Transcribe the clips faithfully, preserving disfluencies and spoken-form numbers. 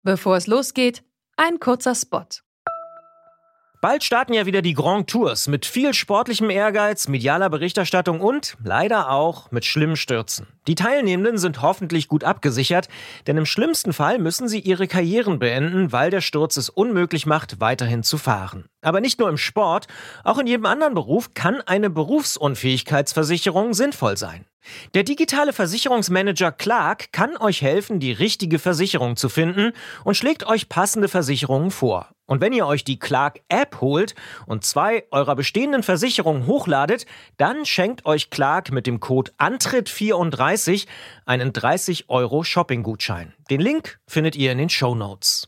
Bevor es losgeht, ein kurzer Spot. Bald starten ja wieder die Grand Tours mit viel sportlichem Ehrgeiz, medialer Berichterstattung und leider auch mit schlimmen Stürzen. Die Teilnehmenden sind hoffentlich gut abgesichert, denn im schlimmsten Fall müssen sie ihre Karrieren beenden, weil der Sturz es unmöglich macht, weiterhin zu fahren. Aber nicht nur im Sport, auch in jedem anderen Beruf kann eine Berufsunfähigkeitsversicherung sinnvoll sein. Der digitale Versicherungsmanager Clark kann euch helfen, die richtige Versicherung zu finden und schlägt euch passende Versicherungen vor. Und wenn ihr euch die Clark-App holt und zwei eurer bestehenden Versicherungen hochladet, dann schenkt euch Clark mit dem Code Antritt vierunddreißig einen dreißig Euro Shopping-Gutschein. Den Link findet ihr in den Shownotes.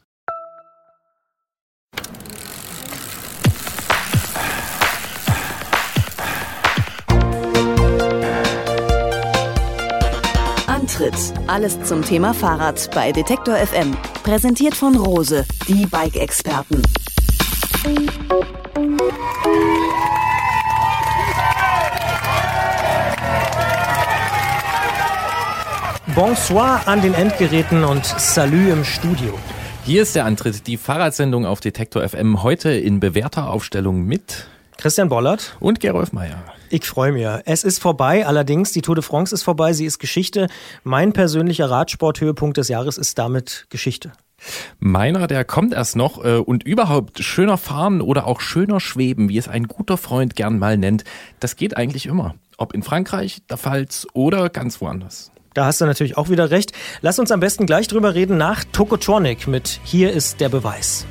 Antritt. Alles zum Thema Fahrrad bei Detektor F M. Präsentiert von Rose, die Bike-Experten. Bonsoir an den Endgeräten und Salü im Studio. Hier ist der Antritt, die Fahrradsendung auf Detektor F M, heute in bewährter Aufstellung mit Christian Bollert und Gerolf Meyer. Ich freue mich. Es ist vorbei, allerdings die Tour de France ist vorbei, sie ist Geschichte. Mein persönlicher Radsport-Höhepunkt des Jahres ist damit Geschichte. Meiner, der kommt erst noch äh, und überhaupt schöner fahren oder auch schöner schweben, wie es ein guter Freund gern mal nennt, das geht eigentlich immer. Ob in Frankreich, der Pfalz oder ganz woanders. Da hast du natürlich auch wieder recht. Lass uns am besten gleich drüber reden nach Tokotronic mit Hier ist der Beweis.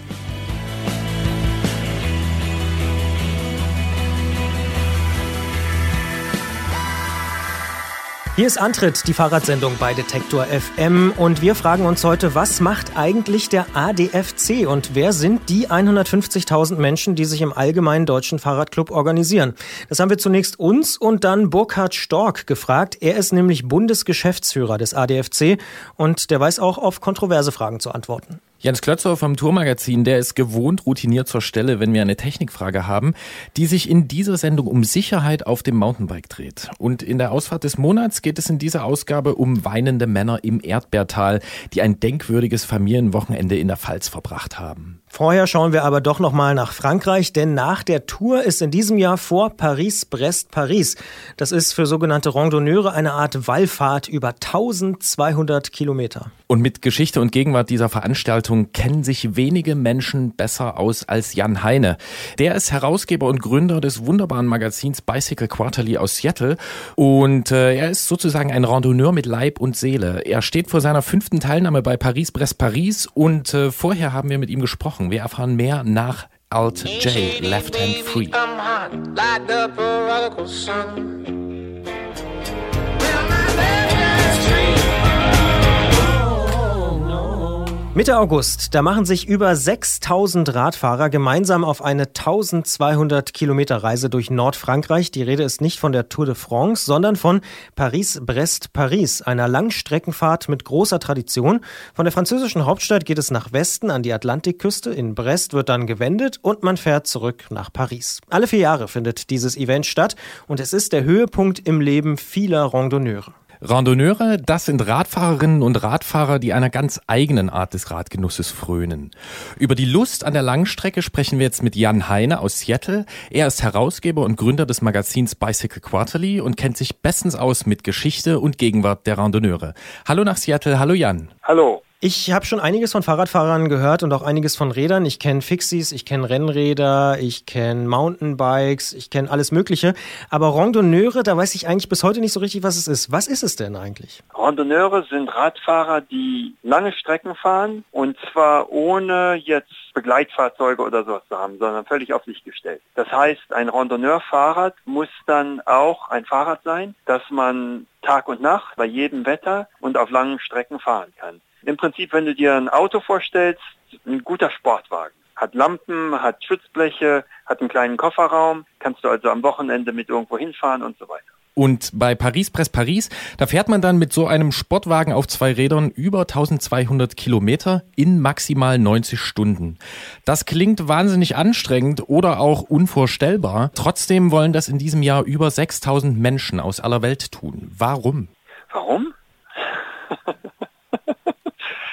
Hier ist Antritt, die Fahrradsendung bei Detektor F M und wir fragen uns heute, was macht eigentlich der A D F C und wer sind die hundertfünfzigtausend Menschen, die sich im Allgemeinen Deutschen Fahrradclub organisieren? Das haben wir zunächst uns und dann Burkhard Stork gefragt. Er ist nämlich Bundesgeschäftsführer des A D F C und der weiß auch auf kontroverse Fragen zu antworten. Jens Klötzer vom Tourmagazin, der ist gewohnt routiniert zur Stelle, wenn wir eine Technikfrage haben, die sich in dieser Sendung um Sicherheit auf dem Mountainbike dreht. Und in der Ausfahrt des Monats geht es in dieser Ausgabe um weinende Männer im Erdbeertal, die ein denkwürdiges Familienwochenende in der Pfalz verbracht haben. Vorher schauen wir aber doch nochmal nach Frankreich, denn nach der Tour ist in diesem Jahr vor Paris-Brest-Paris. Das ist für sogenannte Randonneure eine Art Wallfahrt über eintausendzweihundert Kilometer. Und mit Geschichte und Gegenwart dieser Veranstaltung kennen sich wenige Menschen besser aus als Jan Heine. Der ist Herausgeber und Gründer des wunderbaren Magazins Bicycle Quarterly aus Seattle und äh, er ist sozusagen ein Randonneur mit Leib und Seele. Er steht vor seiner fünften Teilnahme bei Paris-Brest-Paris und äh, vorher haben wir mit ihm gesprochen. Wir erfahren mehr nach Alt J, Left Hand Free. Mitte August, da machen sich über sechstausend Radfahrer gemeinsam auf eine eintausendzweihundert Kilometer Reise durch Nordfrankreich. Die Rede ist nicht von der Tour de France, sondern von Paris-Brest-Paris, einer Langstreckenfahrt mit großer Tradition. Von der französischen Hauptstadt geht es nach Westen an die Atlantikküste. In Brest wird dann gewendet und man fährt zurück nach Paris. Alle vier Jahre findet dieses Event statt und es ist der Höhepunkt im Leben vieler Randonneure. Randonneure, das sind Radfahrerinnen und Radfahrer, die einer ganz eigenen Art des Radgenusses frönen. Über die Lust an der Langstrecke sprechen wir jetzt mit Jan Heine aus Seattle. Er ist Herausgeber und Gründer des Magazins Bicycle Quarterly und kennt sich bestens aus mit Geschichte und Gegenwart der Randonneure. Hallo nach Seattle, hallo Jan. Hallo. Ich habe schon einiges von Fahrradfahrern gehört und auch einiges von Rädern. Ich kenne Fixies, ich kenne Rennräder, ich kenne Mountainbikes, ich kenne alles Mögliche. Aber Randonneure, da weiß ich eigentlich bis heute nicht so richtig, was es ist. Was ist es denn eigentlich? Randonneure sind Radfahrer, die lange Strecken fahren und zwar ohne jetzt Begleitfahrzeuge oder sowas zu haben, sondern völlig auf sich gestellt. Das heißt, ein Randonneur-Fahrrad muss dann auch ein Fahrrad sein, das man Tag und Nacht bei jedem Wetter und auf langen Strecken fahren kann. Im Prinzip, wenn du dir ein Auto vorstellst, ein guter Sportwagen. Hat Lampen, hat Schutzbleche, hat einen kleinen Kofferraum, kannst du also am Wochenende mit irgendwo hinfahren und so weiter. Und bei Paris-Brest-Paris, da fährt man dann mit so einem Sportwagen auf zwei Rädern über eintausendzweihundert Kilometer in maximal neunzig Stunden. Das klingt wahnsinnig anstrengend oder auch unvorstellbar. Trotzdem wollen das in diesem Jahr über sechstausend Menschen aus aller Welt tun. Warum? Warum? Ich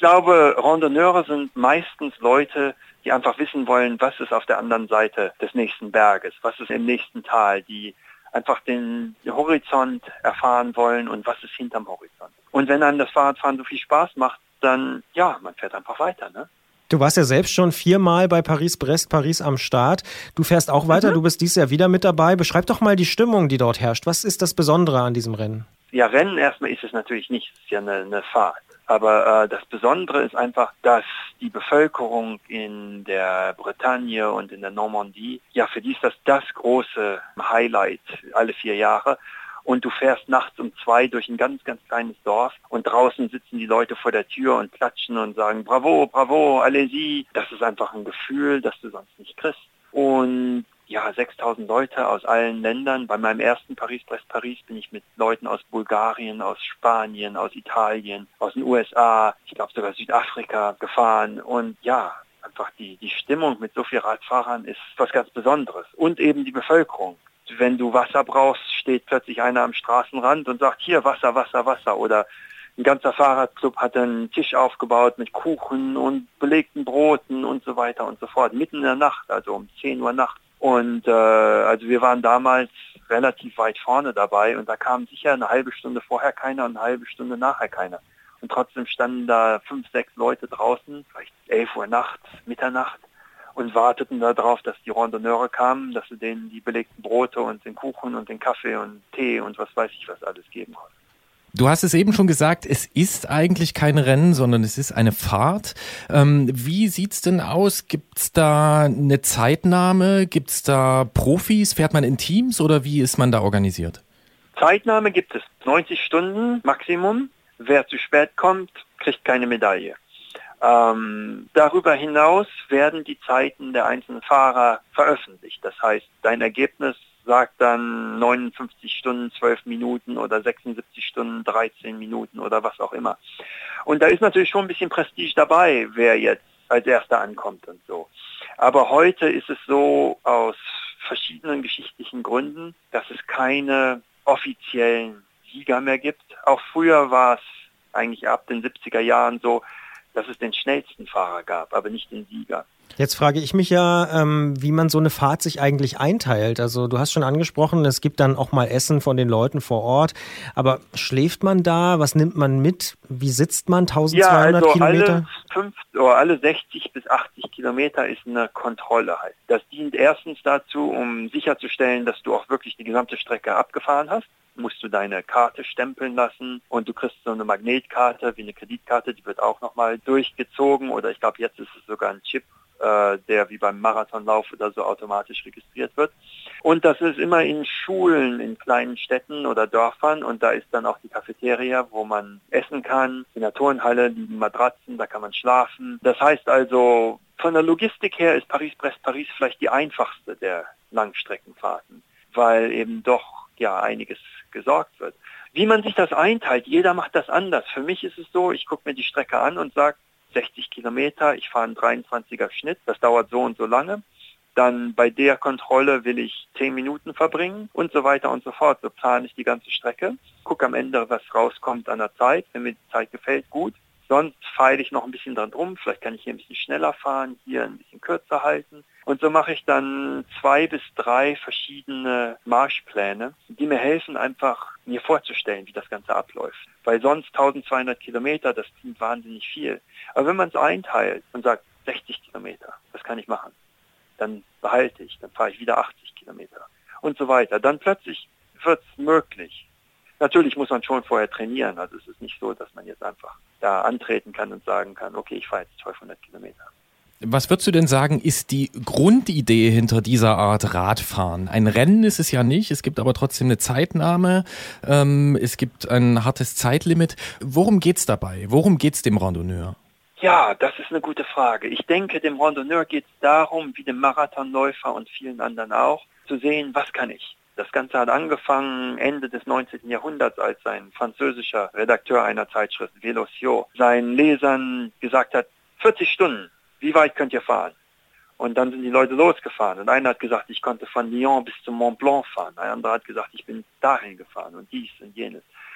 glaube, Randonneure sind meistens Leute, die einfach wissen wollen, was ist auf der anderen Seite des nächsten Berges, was ist im nächsten Tal, die einfach den Horizont erfahren wollen und was ist hinterm Horizont. Und wenn einem das Fahrradfahren so viel Spaß macht, dann, ja, man fährt einfach weiter, ne? Du warst ja selbst schon viermal bei Paris-Brest, Paris am Start. Du fährst auch weiter, mhm. Du bist dieses Jahr wieder mit dabei. Beschreib doch mal die Stimmung, die dort herrscht. Was ist das Besondere an diesem Rennen? Ja, Rennen erstmal ist es natürlich nicht, es ist ja eine, eine Fahrt. Aber äh, das Besondere ist einfach, dass die Bevölkerung in der Bretagne und in der Normandie, ja, für die ist das das große Highlight alle vier Jahre. Und du fährst nachts um zwei durch ein ganz, ganz kleines Dorf und draußen sitzen die Leute vor der Tür und klatschen und sagen, bravo, bravo, allez-y. Das ist einfach ein Gefühl, das du sonst nicht kriegst. Und ja, sechstausend Leute aus allen Ländern. Bei meinem ersten Paris-Brest-Paris bin ich mit Leuten aus Bulgarien, aus Spanien, aus Italien, aus den U S A, ich glaube sogar Südafrika gefahren. Und ja, einfach die, die Stimmung mit so vielen Radfahrern ist was ganz Besonderes. Und eben die Bevölkerung. Wenn du Wasser brauchst, steht plötzlich einer am Straßenrand und sagt, hier Wasser, Wasser, Wasser. Oder ein ganzer Fahrradclub hat einen Tisch aufgebaut mit Kuchen und belegten Broten und so weiter und so fort. Mitten in der Nacht, also um zehn Uhr nachts. Und äh, also wir waren damals relativ weit vorne dabei und da kam sicher eine halbe Stunde vorher keiner und eine halbe Stunde nachher keiner. Und trotzdem standen da fünf, sechs Leute draußen, vielleicht elf Uhr nachts, Mitternacht, und warteten darauf, dass die Randonneure kamen, dass sie denen die belegten Brote und den Kuchen und den Kaffee und Tee und was weiß ich was alles geben konnten. Du hast es eben schon gesagt, es ist eigentlich kein Rennen, sondern es ist eine Fahrt. Ähm, wie sieht's denn aus? Gibt's da eine Zeitnahme? Gibt's da Profis? Fährt man in Teams oder wie ist man da organisiert? Zeitnahme gibt es neunzig Stunden Maximum. Wer zu spät kommt, kriegt keine Medaille. Ähm, darüber hinaus werden die Zeiten der einzelnen Fahrer veröffentlicht. Das heißt, dein Ergebnis sagt dann neunundfünfzig Stunden, zwölf Minuten oder sechsundsiebzig Stunden, dreizehn Minuten oder was auch immer. Und da ist natürlich schon ein bisschen Prestige dabei, wer jetzt als Erster ankommt und so. Aber heute ist es so, aus verschiedenen geschichtlichen Gründen, dass es keine offiziellen Sieger mehr gibt. Auch früher war es eigentlich ab den siebziger Jahren so, dass es den schnellsten Fahrer gab, aber nicht den Sieger. Jetzt frage ich mich ja, ähm, wie man so eine Fahrt sich eigentlich einteilt. Also du hast schon angesprochen, es gibt dann auch mal Essen von den Leuten vor Ort. Aber schläft man da? Was nimmt man mit? Wie sitzt man? eintausendzweihundert ja, also Kilometer? Alle, fünf, oder alle sechzig bis achtzig Kilometer ist eine Kontrolle halt. Das dient erstens dazu, um sicherzustellen, dass du auch wirklich die gesamte Strecke abgefahren hast. Musst du deine Karte stempeln lassen und du kriegst so eine Magnetkarte wie eine Kreditkarte, die wird auch nochmal durchgezogen oder ich glaube jetzt ist es sogar ein Chip, äh, der wie beim Marathonlauf oder so automatisch registriert wird. Und das ist immer in Schulen, in kleinen Städten oder Dörfern und da ist dann auch die Cafeteria, wo man essen kann. In der Turnhalle liegen Matratzen, da kann man schlafen. Das heißt also, von der Logistik her ist Paris-Brest-Paris vielleicht die einfachste der Langstreckenfahrten, weil eben doch ja einiges gesorgt wird. Wie man sich das einteilt, jeder macht das anders. Für mich ist es so, ich gucke mir die Strecke an und sage, sechzig Kilometer, ich fahre einen dreiundzwanziger Schnitt, das dauert so und so lange. Dann bei der Kontrolle will ich zehn Minuten verbringen und so weiter und so fort. So plane ich die ganze Strecke, gucke am Ende, was rauskommt an der Zeit. Wenn mir die Zeit gefällt, gut. Sonst feile ich noch ein bisschen dran rum. Vielleicht kann ich hier ein bisschen schneller fahren, hier ein bisschen kürzer halten. Und so mache ich dann zwei bis drei verschiedene Marschpläne, die mir helfen, einfach mir vorzustellen, wie das Ganze abläuft. Weil sonst eintausendzweihundert Kilometer, das klingt wahnsinnig viel. Aber wenn man es einteilt und sagt, sechzig Kilometer, das kann ich machen, dann behalte ich, dann fahre ich wieder achtzig Kilometer und so weiter. Dann plötzlich wird es möglich. Natürlich muss man schon vorher trainieren. Also es ist nicht so, dass man jetzt einfach da antreten kann und sagen kann, okay, ich fahre jetzt zwölfhundert Kilometer. Was würdest du denn sagen, ist die Grundidee hinter dieser Art Radfahren? Ein Rennen ist es ja nicht, es gibt aber trotzdem eine Zeitnahme, ähm, es gibt ein hartes Zeitlimit. Worum geht's dabei? Worum geht's dem Randonneur? Ja, das ist eine gute Frage. Ich denke, dem Randonneur geht es darum, wie dem Marathonläufer und vielen anderen auch, zu sehen, was kann ich? Das Ganze hat angefangen Ende des neunzehnten Jahrhunderts, als ein französischer Redakteur einer Zeitschrift, Vélociot, seinen Lesern gesagt hat, vierzig Stunden, wie weit könnt ihr fahren? Und dann sind die Leute losgefahren. Und einer hat gesagt, ich konnte von Lyon bis zum Mont Blanc fahren. Ein anderer hat gesagt, ich bin dahin gefahren und dies und jenes.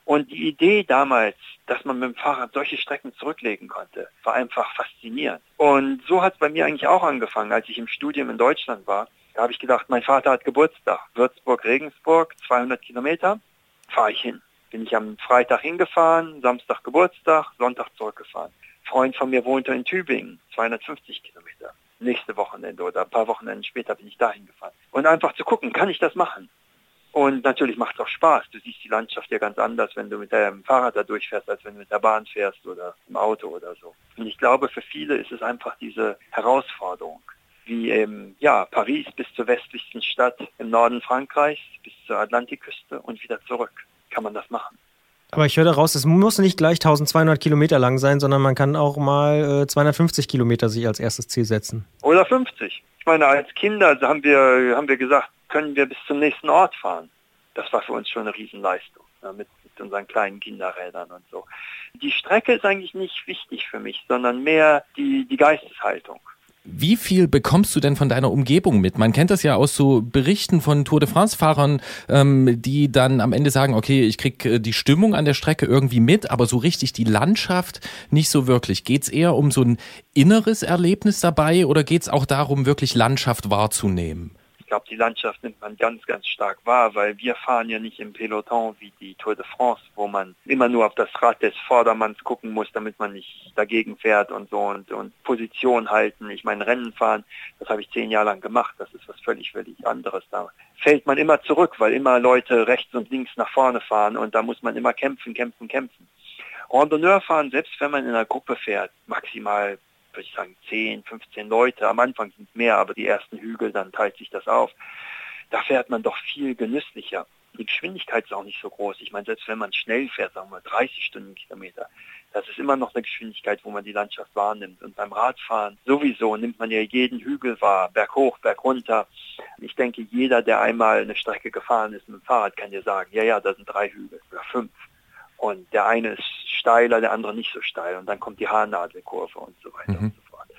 Und die Idee damals, dass man mit dem Fahrrad solche Strecken zurücklegen konnte, war einfach faszinierend. Und so hat es bei mir eigentlich auch angefangen, als ich im Studium in Deutschland war. Da habe ich gedacht, mein Vater hat Geburtstag. Würzburg-Regensburg, zweihundert Kilometer, fahre ich hin. Bin ich am Freitag hingefahren, Samstag Geburtstag, Sonntag zurückgefahren. Ein Freund von mir wohnte in Tübingen, zweihundertfünfzig Kilometer. Nächste Wochenende oder ein paar Wochenenden später bin ich dahin gefahren. Und einfach zu gucken, kann ich das machen? Und natürlich macht es auch Spaß. Du siehst die Landschaft ja ganz anders, wenn du mit dem Fahrrad da durchfährst, als wenn du mit der Bahn fährst oder im Auto oder so. Und ich glaube, für viele ist es einfach diese Herausforderung. Wie eben, ja, Paris bis zur westlichsten Stadt im Norden Frankreichs, bis zur Atlantikküste und wieder zurück. Kann man das machen. Aber ich höre daraus, es muss nicht gleich eintausendzweihundert Kilometer lang sein, sondern man kann auch mal äh, zweihundertfünfzig Kilometer sich als erstes Ziel setzen. Oder fünfzig. Ich meine, als Kinder haben wir, haben wir gesagt, können wir bis zum nächsten Ort fahren. Das war für uns schon eine Riesenleistung, ja, mit, mit unseren kleinen Kinderrädern und so. Die Strecke ist eigentlich nicht wichtig für mich, sondern mehr die, die Geisteshaltung. Wie viel bekommst du denn von deiner Umgebung mit? Man kennt das ja aus so Berichten von Tour de France-Fahrern, ähm, die dann am Ende sagen, okay, ich krieg äh, die Stimmung an der Strecke irgendwie mit, aber so richtig die Landschaft nicht so wirklich. Geht's eher um so ein inneres Erlebnis dabei oder geht's auch darum, wirklich Landschaft wahrzunehmen? Ich glaube, die Landschaft nimmt man ganz, ganz stark wahr, weil wir fahren ja nicht im Peloton wie die Tour de France, wo man immer nur auf das Rad des Vordermanns gucken muss, damit man nicht dagegen fährt und so und, und Position halten. Ich meine, Rennen fahren, das habe ich zehn Jahre lang gemacht, das ist was völlig, völlig anderes. Da fällt man immer zurück, weil immer Leute rechts und links nach vorne fahren und da muss man immer kämpfen, kämpfen, kämpfen. Randonneur fahren, selbst wenn man in einer Gruppe fährt, maximal würde ich sagen, zehn, fünfzehn Leute. Am Anfang sind es mehr, aber die ersten Hügel, dann teilt sich das auf. Da fährt man doch viel genüsslicher. Die Geschwindigkeit ist auch nicht so groß. Ich meine, selbst wenn man schnell fährt, sagen wir dreißig Stundenkilometer, das ist immer noch eine Geschwindigkeit, wo man die Landschaft wahrnimmt. Und beim Radfahren sowieso nimmt man ja jeden Hügel wahr, Berg hoch, Berg runter. Ich denke, jeder, der einmal eine Strecke gefahren ist mit dem Fahrrad, kann dir sagen, ja, ja, da sind drei Hügel oder fünf. Und der eine ist steiler, der andere nicht so steil. Und dann kommt die Haarnadelkurve und so weiter mhm. und so fort.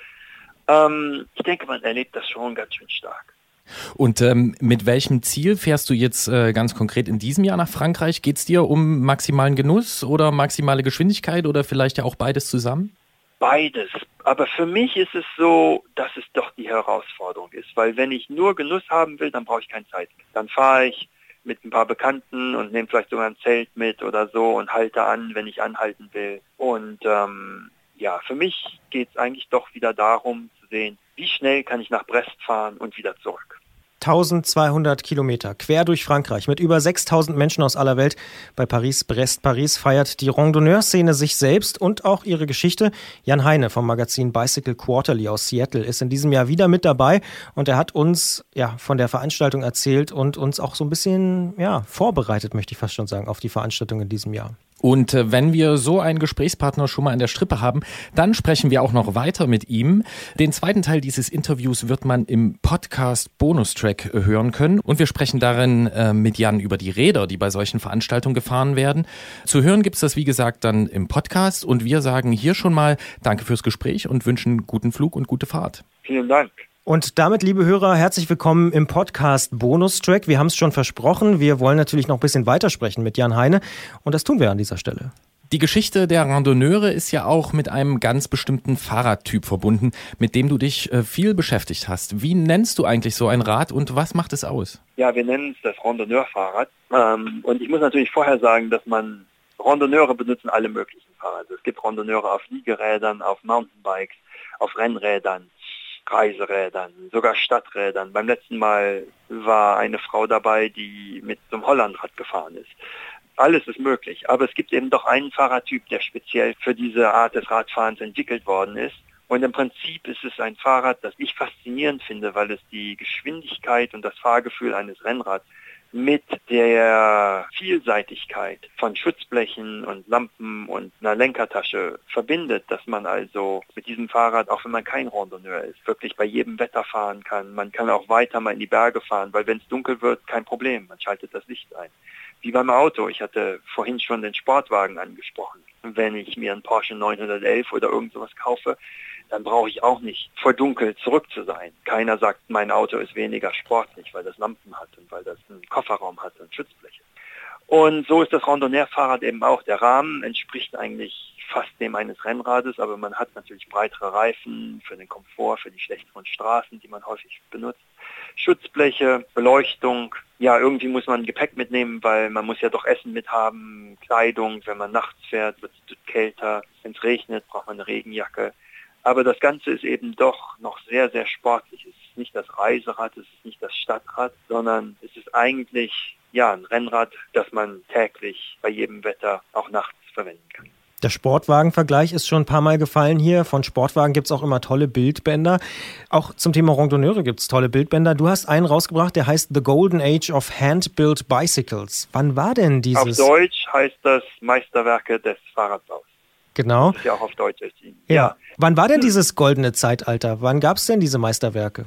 Ähm, ich denke, man erlebt das schon ganz schön stark. Und ähm, mit welchem Ziel fährst du jetzt äh, ganz konkret in diesem Jahr nach Frankreich? Geht es dir um maximalen Genuss oder maximale Geschwindigkeit oder vielleicht ja auch beides zusammen? Beides. Aber für mich ist es so, dass es doch die Herausforderung ist. Weil wenn ich nur Genuss haben will, dann brauche ich keine Zeit. Dann fahre ich mit ein paar Bekannten und nehme vielleicht sogar ein Zelt mit oder so und halte an, wenn ich anhalten will. Und ähm, ja, für mich geht es eigentlich doch wieder darum zu sehen, wie schnell kann ich nach Brest fahren und wieder zurück. eintausendzweihundert Kilometer, quer durch Frankreich, mit über sechstausend Menschen aus aller Welt. Bei Paris-Brest Paris feiert die Randonneur-Szene sich selbst und auch ihre Geschichte. Jan Heine vom Magazin Bicycle Quarterly aus Seattle ist in diesem Jahr wieder mit dabei und er hat uns ja von der Veranstaltung erzählt und uns auch so ein bisschen ja, vorbereitet, möchte ich fast schon sagen, auf die Veranstaltung in diesem Jahr. Und äh, wenn wir so einen Gesprächspartner schon mal an der Strippe haben, dann sprechen wir auch noch weiter mit ihm. Den zweiten Teil dieses Interviews wird man im Podcast Bonustrack hören können. Und wir sprechen darin äh, mit Jan über die Räder, die bei solchen Veranstaltungen gefahren werden. Zu hören gibt's das, wie gesagt, dann im Podcast. Und wir sagen hier schon mal Danke fürs Gespräch und wünschen guten Flug und gute Fahrt. Vielen Dank. Und damit, liebe Hörer, herzlich willkommen im Podcast Bonustrack. Wir haben es schon versprochen, wir wollen natürlich noch ein bisschen weitersprechen mit Jan Heine und das tun wir an dieser Stelle. Die Geschichte der Randonneure ist ja auch mit einem ganz bestimmten Fahrradtyp verbunden, mit dem du dich äh, viel beschäftigt hast. Wie nennst du eigentlich so ein Rad und was macht es aus? Ja, wir nennen es das Randonneurfahrrad. Ähm, und ich muss natürlich vorher sagen, dass man Randonneure benutzen alle möglichen Fahrräder. Es gibt Randonneure auf Liegerädern, auf Mountainbikes, auf Rennrädern, Reiserädern, sogar Stadträdern. Beim letzten Mal war eine Frau dabei, die mit so einem Hollandrad gefahren ist. Alles ist möglich, aber es gibt eben doch einen Fahrradtyp, der speziell für diese Art des Radfahrens entwickelt worden ist. Und im Prinzip ist es ein Fahrrad, das ich faszinierend finde, weil es die Geschwindigkeit und das Fahrgefühl eines Rennrads mit der Vielseitigkeit von Schutzblechen und Lampen und einer Lenkertasche verbindet, dass man also mit diesem Fahrrad, auch wenn man kein Randonneur ist, wirklich bei jedem Wetter fahren kann. Man kann auch weiter mal in die Berge fahren, weil wenn es dunkel wird, kein Problem, man schaltet das Licht ein. Wie beim Auto, ich hatte vorhin schon den Sportwagen angesprochen. Wenn ich mir einen Porsche neunhundertelf oder irgend sowas kaufe, dann brauche ich auch nicht vor dunkel zurück zu sein. Keiner sagt, mein Auto ist weniger sportlich, weil das Lampen hat und weil das einen Kofferraum hat und Schutzbleche. Und so ist das Randonneur-Fahrrad eben auch. Der Rahmen entspricht eigentlich fast dem eines Rennrades, aber man hat natürlich breitere Reifen für den Komfort, für die schlechteren Straßen, die man häufig benutzt. Schutzbleche, Beleuchtung. Ja, irgendwie muss man Gepäck mitnehmen, weil man muss ja doch Essen mithaben, Kleidung. Wenn man nachts fährt, wird es kälter. Wenn es regnet, braucht man eine Regenjacke. Aber das Ganze ist eben doch noch sehr, sehr sportlich. Es ist nicht das Reiserad, es ist nicht das Stadtrad, sondern es ist eigentlich ja ein Rennrad, das man täglich bei jedem Wetter auch nachts verwenden kann. Der Sportwagen-Vergleich ist schon ein paar Mal gefallen hier. Von Sportwagen gibt es auch immer tolle Bildbänder. Auch zum Thema Randonneure gibt es tolle Bildbänder. Du hast einen rausgebracht, der heißt The Golden Age of Hand-Built Bicycles. Wann war denn dieses? Auf Deutsch heißt das Meisterwerke des Fahrradbaus. Genau. Das ist ja auch auf Deutsch erschienen. Ja. Ja. Wann war denn dieses goldene Zeitalter? Wann gab es denn diese Meisterwerke?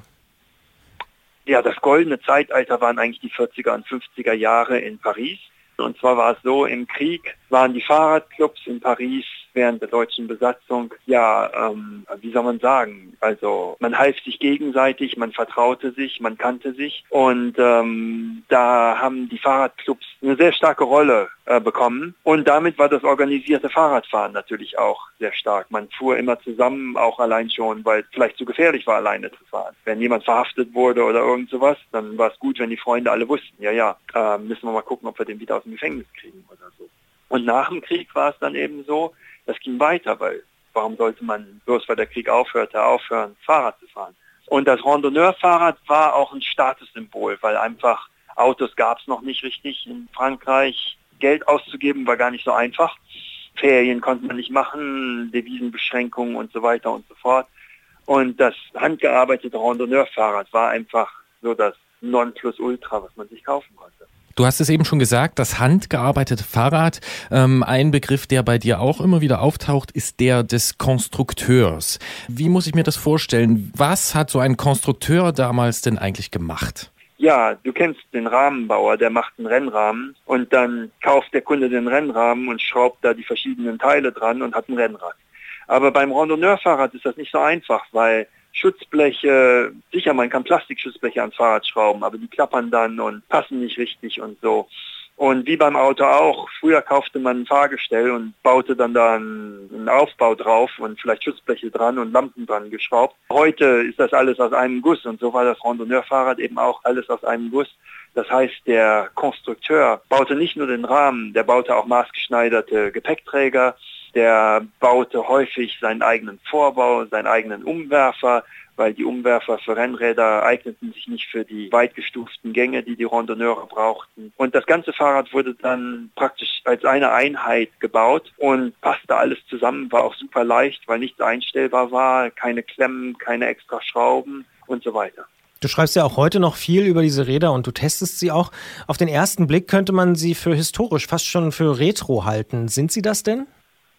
Ja, das goldene Zeitalter waren eigentlich die vierziger und fünfziger Jahre in Paris. Und zwar war es so, im Krieg waren die Fahrradclubs in Paris während der deutschen Besatzung, ja, ähm, wie soll man sagen, also man half sich gegenseitig, man vertraute sich, man kannte sich und ähm, da haben die Fahrradclubs eine sehr starke Rolle äh, bekommen und damit war das organisierte Fahrradfahren natürlich auch sehr stark. Man fuhr immer zusammen, auch allein schon, weil es vielleicht zu gefährlich war, alleine zu fahren. Wenn jemand verhaftet wurde oder irgend sowas, dann war es gut, wenn die Freunde alle wussten, ja, ja, äh, müssen wir mal gucken, ob wir den wieder aus dem Gefängnis kriegen oder so. Und nach dem Krieg war es dann eben so, das ging weiter, weil warum sollte man bloß, weil der Krieg aufhörte, aufhören, Fahrrad zu fahren? Und das Randonneur-Fahrrad war auch ein Statussymbol, weil einfach Autos gab es noch nicht richtig in Frankreich. Geld auszugeben war gar nicht so einfach. Ferien konnte man nicht machen, Devisenbeschränkungen und so weiter und so fort. Und das handgearbeitete Randonneur-Fahrrad war einfach so das Nonplusultra, was man sich kaufen konnte. Du hast es eben schon gesagt, das handgearbeitete Fahrrad, ähm, ein Begriff, der bei dir auch immer wieder auftaucht, ist der des Konstrukteurs. Wie muss ich mir das vorstellen? Was hat so ein Konstrukteur damals denn eigentlich gemacht? Ja, du kennst den Rahmenbauer, der macht einen Rennrahmen und dann kauft der Kunde den Rennrahmen und schraubt da die verschiedenen Teile dran und hat ein Rennrad. Aber beim Randonneur-Fahrrad ist das nicht so einfach, weil Schutzbleche, sicher, man kann Plastikschutzbleche ans Fahrrad schrauben, aber die klappern dann und passen nicht richtig und so. Und wie beim Auto auch, früher kaufte man ein Fahrgestell und baute dann da einen Aufbau drauf und vielleicht Schutzbleche dran und Lampen dran geschraubt. Heute ist das alles aus einem Guss und so war das Randonneur-Fahrrad eben auch alles aus einem Guss. Das heißt, der Konstrukteur baute nicht nur den Rahmen, der baute auch maßgeschneiderte Gepäckträger, der baute häufig seinen eigenen Vorbau, seinen eigenen Umwerfer, weil die Umwerfer für Rennräder eigneten sich nicht für die weitgestuften Gänge, die die Randonneure brauchten. Und das ganze Fahrrad wurde dann praktisch als eine Einheit gebaut und passte alles zusammen, war auch super leicht, weil nichts einstellbar war, keine Klemmen, keine extra Schrauben und so weiter. Du schreibst ja auch heute noch viel über diese Räder und du testest sie auch. Auf den ersten Blick könnte man sie für historisch, fast schon für Retro halten. Sind sie das denn?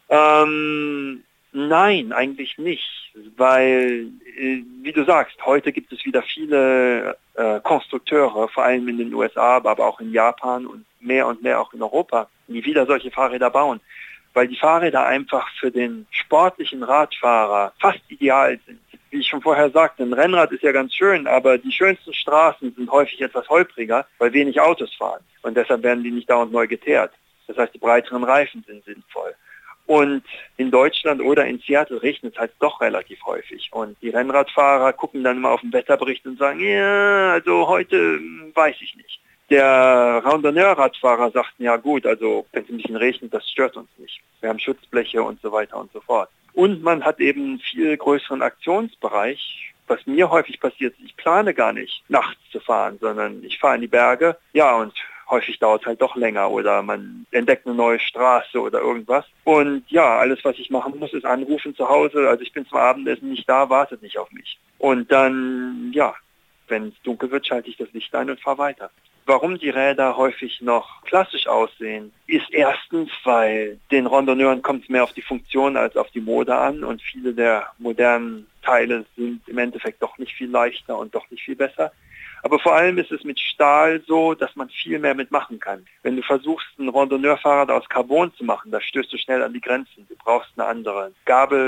Ähm, nein, eigentlich nicht, weil, äh, wie du sagst, heute gibt es wieder viele äh, Konstrukteure, vor allem in den U S A, aber auch in Japan und mehr und mehr auch in Europa, die wieder solche Fahrräder bauen, weil die Fahrräder einfach für den sportlichen Radfahrer fast ideal sind. Wie ich schon vorher sagte, ein Rennrad ist ja ganz schön, aber die schönsten Straßen sind häufig etwas holpriger, weil wenig Autos fahren und deshalb werden die nicht dauernd neu geteert. Das heißt, die breiteren Reifen sind sinnvoll. Und in Deutschland oder in Seattle regnet es halt doch relativ häufig. Und die Rennradfahrer gucken dann immer auf den Wetterbericht und sagen, ja, also heute weiß ich nicht. Der Randonneur-Radfahrer sagt, ja gut, also wenn es ein bisschen regnet, das stört uns nicht. Wir haben Schutzbleche und so weiter und so fort. Und man hat eben einen viel größeren Aktionsbereich. Was mir häufig passiert, ich plane gar nicht, nachts zu fahren, sondern ich fahre in die Berge. Ja, und häufig dauert es halt doch länger oder man entdeckt eine neue Straße oder irgendwas. Und ja, alles, was ich machen muss, ist anrufen zu Hause. Also ich bin zum Abendessen nicht da, wartet nicht auf mich. Und dann, ja, wenn es dunkel wird, schalte ich das Licht ein und fahre weiter. Warum die Räder häufig noch klassisch aussehen, ist erstens, weil den Randonneuren kommt es mehr auf die Funktion als auf die Mode an und viele der modernen Teile sind im Endeffekt doch nicht viel leichter und doch nicht viel besser. Aber vor allem ist es mit Stahl so, dass man viel mehr mitmachen kann. Wenn du versuchst, ein Randonneurfahrrad aus Carbon zu machen, da stößt du schnell an die Grenzen. Du brauchst eine andere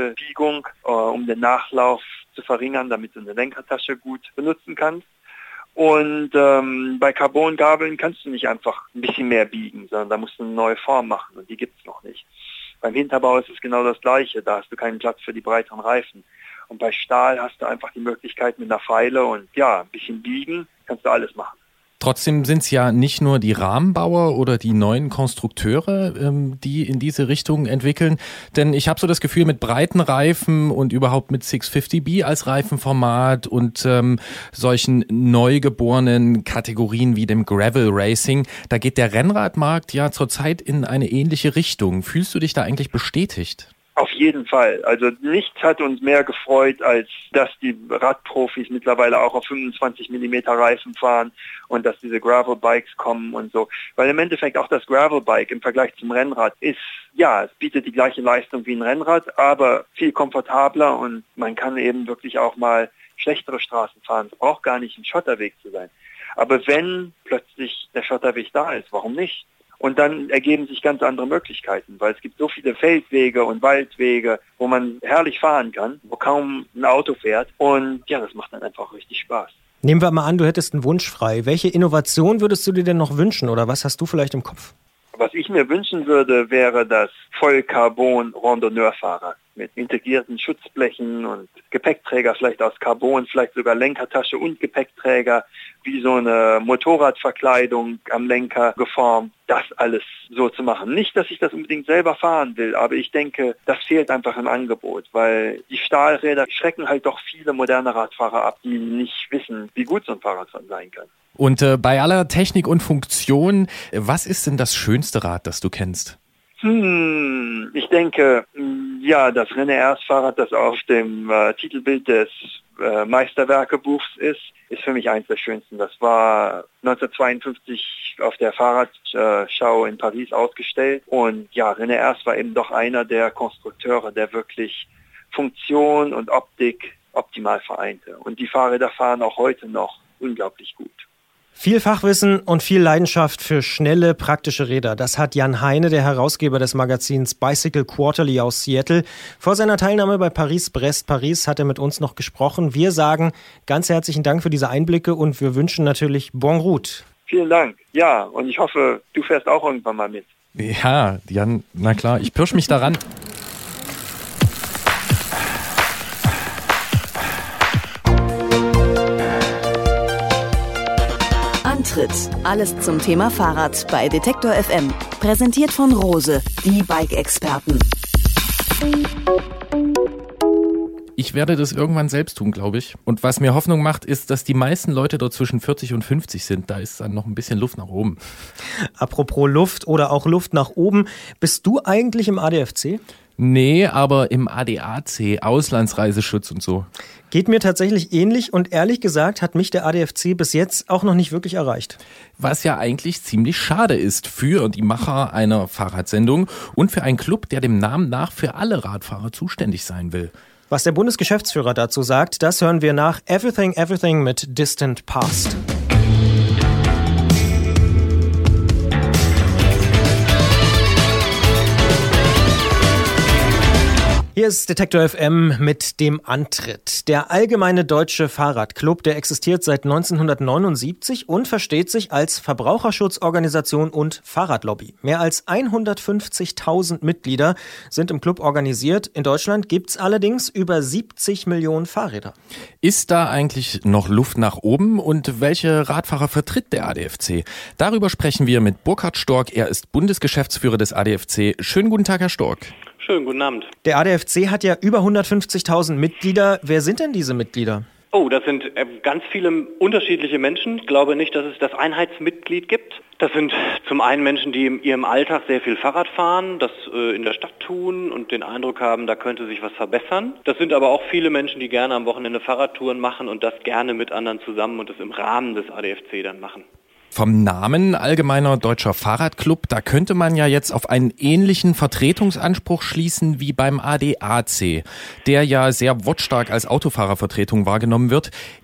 Gabelbiegung, äh, um den Nachlauf zu verringern, damit du eine Lenkertasche gut benutzen kannst. Und ähm, bei Carbongabeln kannst du nicht einfach ein bisschen mehr biegen, sondern da musst du eine neue Form machen und die gibt es noch nicht. Beim Hinterbau ist es genau das Gleiche, da hast du keinen Platz für die breiteren Reifen. Und bei Stahl hast du einfach die Möglichkeit mit einer Feile und ja, ein bisschen biegen, kannst du alles machen. Trotzdem sind es ja nicht nur die Rahmenbauer oder die neuen Konstrukteure, ähm, die in diese Richtung entwickeln. Denn ich habe so das Gefühl, mit breiten Reifen und überhaupt mit sechshundertfünfzig B als Reifenformat und ähm, solchen neugeborenen Kategorien wie dem Gravel Racing, da geht der Rennradmarkt ja zurzeit in eine ähnliche Richtung. Fühlst du dich da eigentlich bestätigt? Auf jeden Fall. Also nichts hat uns mehr gefreut, als dass die Radprofis mittlerweile auch auf fünfundzwanzig Millimeter Reifen fahren und dass diese Gravel-Bikes kommen und so. Weil im Endeffekt auch das Gravel-Bike im Vergleich zum Rennrad ist, ja, es bietet die gleiche Leistung wie ein Rennrad, aber viel komfortabler und man kann eben wirklich auch mal schlechtere Straßen fahren. Es braucht gar nicht ein Schotterweg zu sein. Aber wenn plötzlich der Schotterweg da ist, warum nicht? Und dann ergeben sich ganz andere Möglichkeiten, weil es gibt so viele Feldwege und Waldwege, wo man herrlich fahren kann, wo kaum ein Auto fährt. Und ja, das macht dann einfach richtig Spaß. Nehmen wir mal an, du hättest einen Wunsch frei. Welche Innovation würdest du dir denn noch wünschen oder was hast du vielleicht im Kopf? Was ich mir wünschen würde, wäre das Vollcarbon-Randonneur-Fahrrad mit integrierten Schutzblechen und Gepäckträger, vielleicht aus Carbon, vielleicht sogar Lenkertasche und Gepäckträger, wie so eine Motorradverkleidung am Lenker geformt, das alles so zu machen. Nicht, dass ich das unbedingt selber fahren will, aber ich denke, das fehlt einfach im Angebot, weil die Stahlräder schrecken halt doch viele moderne Radfahrer ab, die nicht wissen, wie gut so ein Fahrrad sein kann. Und äh, bei aller Technik und Funktion, was ist denn das schönste Rad, das du kennst? Hm, ich denke, ja, das René Ers-Fahrrad, das auf dem äh, Titelbild des äh, Meisterwerke-Buchs ist, ist für mich eins der schönsten. Das war neunzehnhundertzweiundfünfzig auf der Fahrradschau in Paris ausgestellt. Und ja, René Ers war eben doch einer der Konstrukteure, der wirklich Funktion und Optik optimal vereinte. Und die Fahrräder fahren auch heute noch unglaublich gut. Viel Fachwissen und viel Leidenschaft für schnelle, praktische Räder. Das hat Jan Heine, der Herausgeber des Magazins Bicycle Quarterly aus Seattle. Vor seiner Teilnahme bei Paris-Brest-Paris hat er mit uns noch gesprochen. Wir sagen ganz herzlichen Dank für diese Einblicke und wir wünschen natürlich Bonne Route. Vielen Dank. Ja, und ich hoffe, du fährst auch irgendwann mal mit. Ja, Jan, na klar, ich pirsch mich daran. Antritt. Alles zum Thema Fahrrad bei Detektor F M. Präsentiert von Rose, die Bike-Experten. Ich werde das irgendwann selbst tun, glaube ich. Und was mir Hoffnung macht, ist, dass die meisten Leute dort zwischen vierzig und fünfzig sind. Da ist dann noch ein bisschen Luft nach oben. Apropos Luft oder auch Luft nach oben. Bist du eigentlich im A D F C? Nee, aber im A D A C, Auslandsreiseschutz und so. Geht mir tatsächlich ähnlich und ehrlich gesagt hat mich der A D F C bis jetzt auch noch nicht wirklich erreicht. Was ja eigentlich ziemlich schade ist für die Macher einer Fahrradsendung und für einen Club, der dem Namen nach für alle Radfahrer zuständig sein will. Was der Bundesgeschäftsführer dazu sagt, das hören wir nach Everything Everything mit Distant Past. Hier ist Detektor F M mit dem Antritt. Der Allgemeine Deutsche Fahrradclub, der existiert seit neunzehnhundertneunundsiebzig und versteht sich als Verbraucherschutzorganisation und Fahrradlobby. Mehr als hundertfünfzigtausend Mitglieder sind im Club organisiert. In Deutschland gibt's allerdings über siebzig Millionen Fahrräder. Ist da eigentlich noch Luft nach oben und welche Radfahrer vertritt der A D F C? Darüber sprechen wir mit Burkhard Stork. Er ist Bundesgeschäftsführer des A D F C. Schönen guten Tag, Herr Stork. Schönen guten Abend. Der A D F C hat ja über hundertfünfzigtausend Mitglieder. Wer sind denn diese Mitglieder? Oh, das sind äh, ganz viele unterschiedliche Menschen. Ich glaube nicht, dass es das Einheitsmitglied gibt. Das sind zum einen Menschen, die in ihrem Alltag sehr viel Fahrrad fahren, das äh, in der Stadt tun und den Eindruck haben, da könnte sich was verbessern. Das sind aber auch viele Menschen, die gerne am Wochenende Fahrradtouren machen und das gerne mit anderen zusammen und das im Rahmen des A D F C dann machen. Vom Namen Allgemeiner Deutscher Fahrradclub, da könnte man ja jetzt auf einen ähnlichen Vertretungsanspruch schließen wie beim A D A C, der ja sehr wortstark als Autofahrervertretung wahrgenommen wird.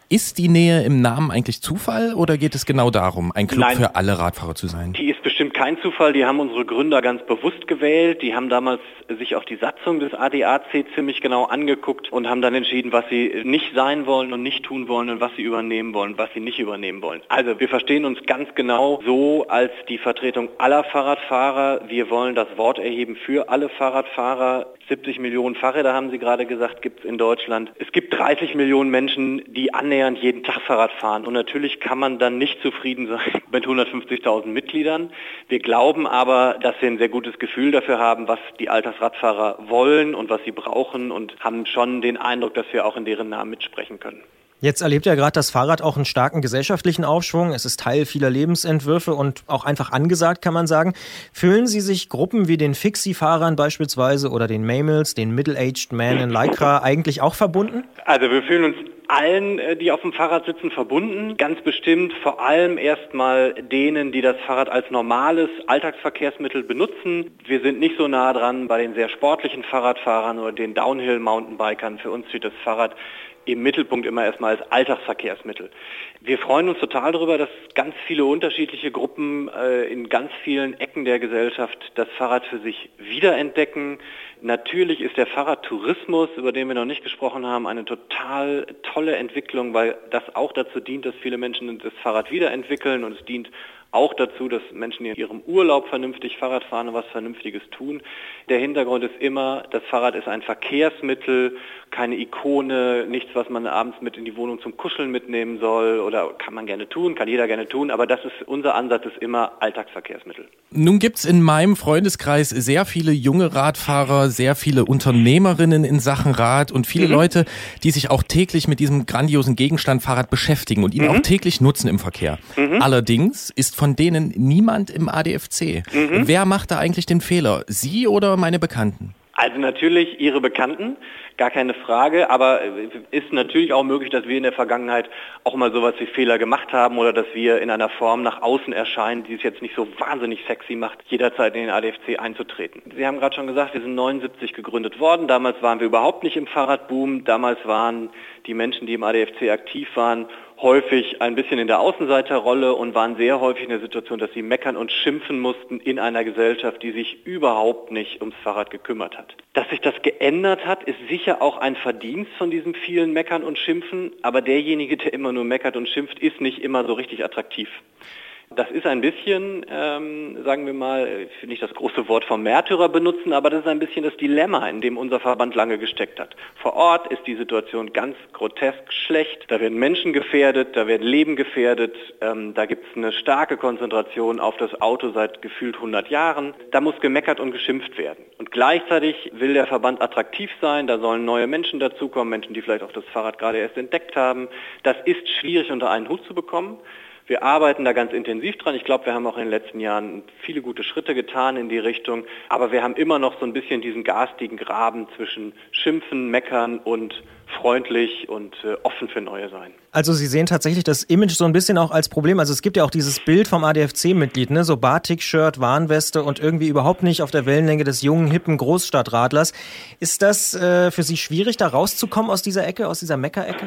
Ist die Nähe im Namen eigentlich Zufall oder geht es genau darum, ein Club Nein. für alle Radfahrer zu sein? Die ist bestimmt kein Zufall, die haben unsere Gründer ganz bewusst gewählt, die haben damals sich auch die Satzung des A D A C ziemlich genau angeguckt und haben dann entschieden, was sie nicht sein wollen und nicht tun wollen und was sie übernehmen wollen, was sie nicht übernehmen wollen. Also wir verstehen uns ganz genau so als die Vertretung aller Fahrradfahrer. Wir wollen das Wort erheben für alle Fahrradfahrer. siebzig Millionen Fahrräder, haben Sie gerade gesagt, gibt es in Deutschland. Es gibt dreißig Millionen Menschen, die annähernd jeden Tag Fahrrad fahren. Und natürlich kann man dann nicht zufrieden sein mit hundertfünfzigtausend Mitgliedern. Wir glauben aber, dass wir ein sehr gutes Gefühl dafür haben, was die Altersradfahrer wollen und was sie brauchen und haben schon den Eindruck, dass wir auch in deren Namen mitsprechen können. Jetzt erlebt ja gerade das Fahrrad auch einen starken gesellschaftlichen Aufschwung. Es ist Teil vieler Lebensentwürfe und auch einfach angesagt, kann man sagen. Fühlen Sie sich Gruppen wie den Fixie-Fahrern beispielsweise oder den Mamels, den Middle-Aged Man in Lycra eigentlich auch verbunden? Also wir fühlen uns allen, die auf dem Fahrrad sitzen, verbunden. Ganz bestimmt vor allem erstmal denen, die das Fahrrad als normales Alltagsverkehrsmittel benutzen. Wir sind nicht so nah dran bei den sehr sportlichen Fahrradfahrern oder den Downhill-Mountainbikern. Für uns steht das Fahrrad im Mittelpunkt immer erstmal als Alltagsverkehrsmittel. Wir freuen uns total darüber, dass ganz viele unterschiedliche Gruppen äh, in ganz vielen Ecken der Gesellschaft das Fahrrad für sich wiederentdecken. Natürlich ist der Fahrradtourismus, über den wir noch nicht gesprochen haben, eine total tolle Entwicklung, weil das auch dazu dient, dass viele Menschen das Fahrrad wiederentwickeln und es dient auch dazu, dass Menschen in ihrem Urlaub vernünftig Fahrrad fahren und was Vernünftiges tun. Der Hintergrund ist immer, das Fahrrad ist ein Verkehrsmittel, keine Ikone, nichts, was man abends mit in die Wohnung zum Kuscheln mitnehmen soll oder kann man gerne tun, kann jeder gerne tun, aber das ist unser Ansatz, ist immer Alltagsverkehrsmittel. Nun gibt's in meinem Freundeskreis sehr viele junge Radfahrer, sehr viele Unternehmerinnen in Sachen Rad und viele mhm. Leute, die sich auch täglich mit diesem grandiosen Gegenstand Fahrrad beschäftigen und ihn mhm. auch täglich nutzen im Verkehr. Mhm. Allerdings ist von denen niemand im A D F C. Mhm. Wer macht da eigentlich den Fehler? Sie oder meine Bekannten? Also natürlich Ihre Bekannten, gar keine Frage, aber es ist natürlich auch möglich, dass wir in der Vergangenheit auch mal sowas wie Fehler gemacht haben oder dass wir in einer Form nach außen erscheinen, die es jetzt nicht so wahnsinnig sexy macht, jederzeit in den A D F C einzutreten. Sie haben gerade schon gesagt, wir sind neunundsiebzig gegründet worden, damals waren wir überhaupt nicht im Fahrradboom, damals waren die Menschen, die im A D F C aktiv waren, häufig ein bisschen in der Außenseiterrolle und waren sehr häufig in der Situation, dass sie meckern und schimpfen mussten in einer Gesellschaft, die sich überhaupt nicht ums Fahrrad gekümmert hat. Dass sich das geändert hat, ist sicher auch ein Verdienst von diesem vielen Meckern und Schimpfen, aber derjenige, der immer nur meckert und schimpft, ist nicht immer so richtig attraktiv. Das ist ein bisschen, ähm, sagen wir mal, ich will nicht das große Wort vom Märtyrer benutzen, aber das ist ein bisschen das Dilemma, in dem unser Verband lange gesteckt hat. Vor Ort ist die Situation ganz grotesk schlecht. Da werden Menschen gefährdet, da werden Leben gefährdet, ähm, da gibt es eine starke Konzentration auf das Auto seit gefühlt hundert Jahren. Da muss gemeckert und geschimpft werden. Und gleichzeitig will der Verband attraktiv sein, da sollen neue Menschen dazukommen, Menschen, die vielleicht auch das Fahrrad gerade erst entdeckt haben. Das ist schwierig unter einen Hut zu bekommen. Wir arbeiten da ganz intensiv dran. Ich glaube, wir haben auch in den letzten Jahren viele gute Schritte getan in die Richtung. Aber wir haben immer noch so ein bisschen diesen garstigen Graben zwischen Schimpfen, Meckern und freundlich und äh, offen für Neue sein. Also Sie sehen tatsächlich das Image so ein bisschen auch als Problem. Also es gibt ja auch dieses Bild vom A D F C-Mitglied, ne? So Batik-Shirt, Warnweste und irgendwie überhaupt nicht auf der Wellenlänge des jungen, hippen Großstadtradlers. Ist das äh, für Sie schwierig, da rauszukommen aus dieser Ecke, aus dieser Mecker-Ecke?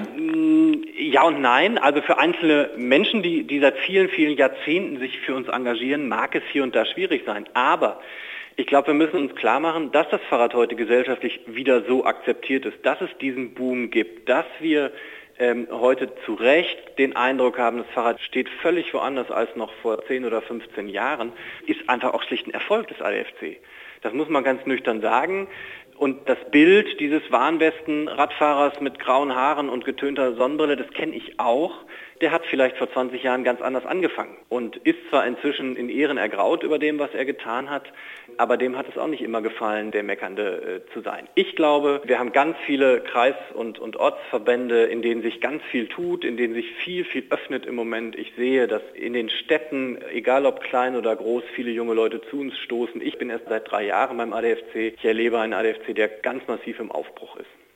Ja und nein. Also für einzelne Menschen, die, die seit vielen, vielen Jahrzehnten sich für uns engagieren, mag es hier und da schwierig sein. Aber ich glaube, wir müssen uns klar machen, dass das Fahrrad heute gesellschaftlich wieder so akzeptiert ist, dass es diesen Boom gibt, dass wir ähm, heute zu Recht den Eindruck haben, das Fahrrad steht völlig woanders als noch vor zehn oder fünfzehn Jahren, ist einfach auch schlicht ein Erfolg des A D F C. Das muss man ganz nüchtern sagen. Und das Bild dieses Warnwesten-Radfahrers mit grauen Haaren und getönter Sonnenbrille, das kenne ich auch. Der hat vielleicht vor zwanzig Jahren ganz anders angefangen und ist zwar inzwischen in Ehren ergraut über dem, was er getan hat, aber dem hat es auch nicht immer gefallen, der Meckernde äh, zu sein. Ich glaube, wir haben ganz viele Kreis- und, und Ortsverbände, in denen sich ganz viel tut, in denen sich viel, viel öffnet im Moment. Ich sehe, dass in den Städten, egal ob klein oder groß, viele junge Leute zu uns stoßen. Ich bin erst seit drei Jahren beim A D F C. Ich erlebe einen A D F C, der ganz massiv im Aufbruch ist.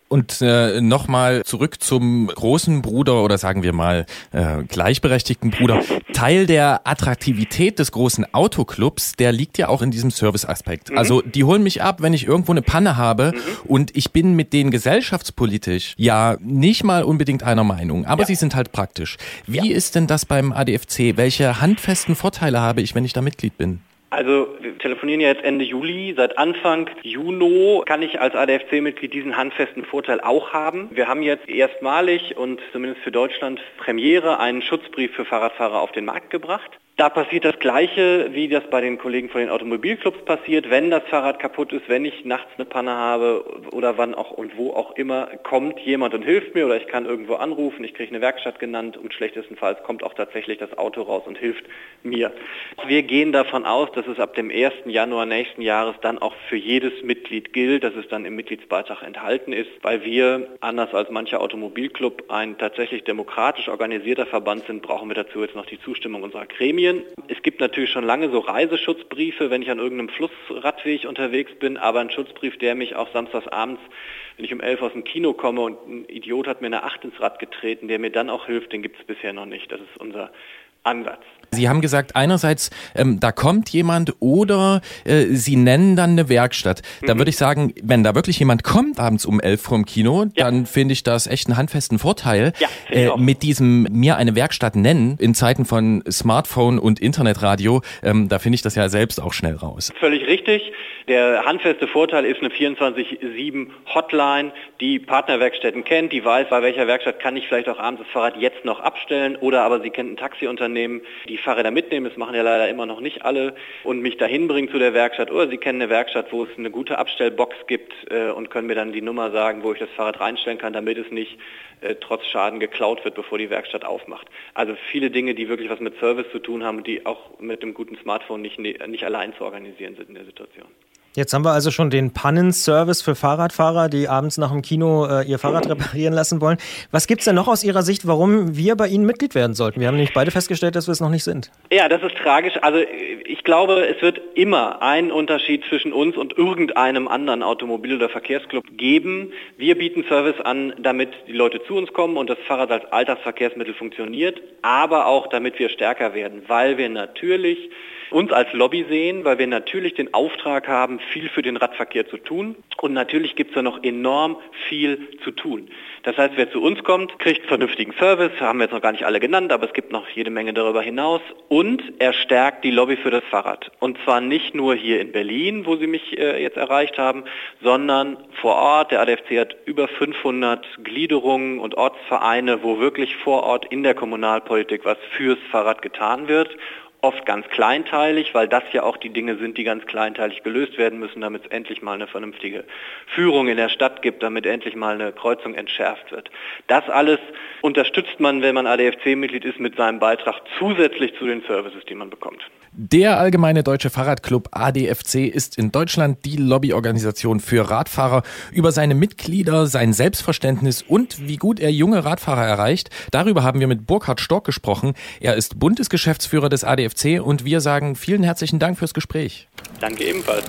Und äh, nochmal zurück zum großen Bruder oder sagen wir mal äh, gleichberechtigten Bruder. Teil der Attraktivität des großen Autoclubs, der liegt ja auch in diesem Serviceaspekt. Mhm. Also die holen mich ab, wenn ich irgendwo eine Panne habe mhm. und ich bin mit denen gesellschaftspolitisch ja nicht mal unbedingt einer Meinung, aber ja. sie sind halt praktisch. Wie ja. ist denn das beim A D F C? Welche handfesten Vorteile habe ich, wenn ich da Mitglied bin? Also wir telefonieren ja jetzt Ende Juli. Seit Anfang Juni kann ich als A D F C-Mitglied diesen handfesten Vorteil auch haben. Wir haben jetzt erstmalig und zumindest für Deutschland Premiere einen Schutzbrief für Fahrradfahrer auf den Markt gebracht. Da passiert das Gleiche, wie das bei den Kollegen von den Automobilclubs passiert. Wenn das Fahrrad kaputt ist, wenn ich nachts eine Panne habe oder wann auch und wo auch immer, kommt jemand und hilft mir oder ich kann irgendwo anrufen, ich kriege eine Werkstatt genannt und schlechtestenfalls kommt auch tatsächlich das Auto raus und hilft mir. Wir gehen davon aus, dass es ab dem ersten Januar nächsten Jahres dann auch für jedes Mitglied gilt, dass es dann im Mitgliedsbeitrag enthalten ist, weil wir, anders als mancher Automobilclub, ein tatsächlich demokratisch organisierter Verband sind, brauchen wir dazu jetzt noch die Zustimmung unserer Gremien. Es gibt natürlich schon lange so Reiseschutzbriefe, wenn ich an irgendeinem Flussradweg unterwegs bin, aber ein Schutzbrief, der mich auch samstags abends, wenn ich um elf aus dem Kino komme und ein Idiot hat mir eine acht ins Rad getreten, der mir dann auch hilft, den gibt es bisher noch nicht. Das ist unser Ansatz. Sie haben gesagt, einerseits, ähm, da kommt jemand oder äh, Sie nennen dann eine Werkstatt. Da mhm. würde ich sagen, wenn da wirklich jemand kommt abends um elf vorm Kino, ja. dann finde ich das echt einen handfesten Vorteil. Ja, äh, mit diesem mir eine Werkstatt nennen in Zeiten von Smartphone und Internetradio, ähm, da finde ich das ja selbst auch schnell raus. Völlig richtig. Der handfeste Vorteil ist eine vierundzwanzig sieben Hotline, die Partnerwerkstätten kennt, die weiß, bei welcher Werkstatt kann ich vielleicht auch abends das Fahrrad jetzt noch abstellen oder aber sie kennt ein Taxiunternehmen, die Fahrräder mitnehmen, das machen ja leider immer noch nicht alle, und mich dahin bringen zu der Werkstatt oder sie kennen eine Werkstatt, wo es eine gute Abstellbox gibt äh, und können mir dann die Nummer sagen, wo ich das Fahrrad reinstellen kann, damit es nicht äh, trotz Schaden geklaut wird, bevor die Werkstatt aufmacht. Also viele Dinge, die wirklich was mit Service zu tun haben und die auch mit einem guten Smartphone nicht, nicht allein zu organisieren sind in der Situation. Jetzt haben wir also schon den Pannenservice für Fahrradfahrer, die abends nach dem Kino äh, ihr Fahrrad reparieren lassen wollen. Was gibt's denn noch aus Ihrer Sicht, warum wir bei Ihnen Mitglied werden sollten? Wir haben nämlich beide festgestellt, dass wir es noch nicht sind. Ja, das ist tragisch. Also ich glaube, es wird immer einen Unterschied zwischen uns und irgendeinem anderen Automobil- oder Verkehrsclub geben. Wir bieten Service an, damit die Leute zu uns kommen und das Fahrrad als Alltagsverkehrsmittel funktioniert, aber auch damit wir stärker werden, weil wir natürlich uns als Lobby sehen, weil wir natürlich den Auftrag haben, viel für den Radverkehr zu tun. Und natürlich gibt es da noch enorm viel zu tun. Das heißt, wer zu uns kommt, kriegt vernünftigen Service, haben wir jetzt noch gar nicht alle genannt, aber es gibt noch jede Menge darüber hinaus. Und er stärkt die Lobby für das Fahrrad. Und zwar nicht nur hier in Berlin, wo Sie mich äh, jetzt erreicht haben, sondern vor Ort. Der A D F C hat über fünfhundert Gliederungen und Ortsvereine, wo wirklich vor Ort in der Kommunalpolitik was fürs Fahrrad getan wird. Oft ganz kleinteilig, weil das ja auch die Dinge sind, die ganz kleinteilig gelöst werden müssen, damit es endlich mal eine vernünftige Führung in der Stadt gibt, damit endlich mal eine Kreuzung entschärft wird. Das alles unterstützt man, wenn man A D F C-Mitglied ist, mit seinem Beitrag zusätzlich zu den Services, die man bekommt. Der Allgemeine Deutsche Fahrradclub A D F C ist in Deutschland die Lobbyorganisation für Radfahrer. Über seine Mitglieder, sein Selbstverständnis und wie gut er junge Radfahrer erreicht, darüber haben wir mit Burkhard Stork gesprochen. Er ist Bundesgeschäftsführer des A D F C und wir sagen vielen herzlichen Dank fürs Gespräch. Danke ebenfalls.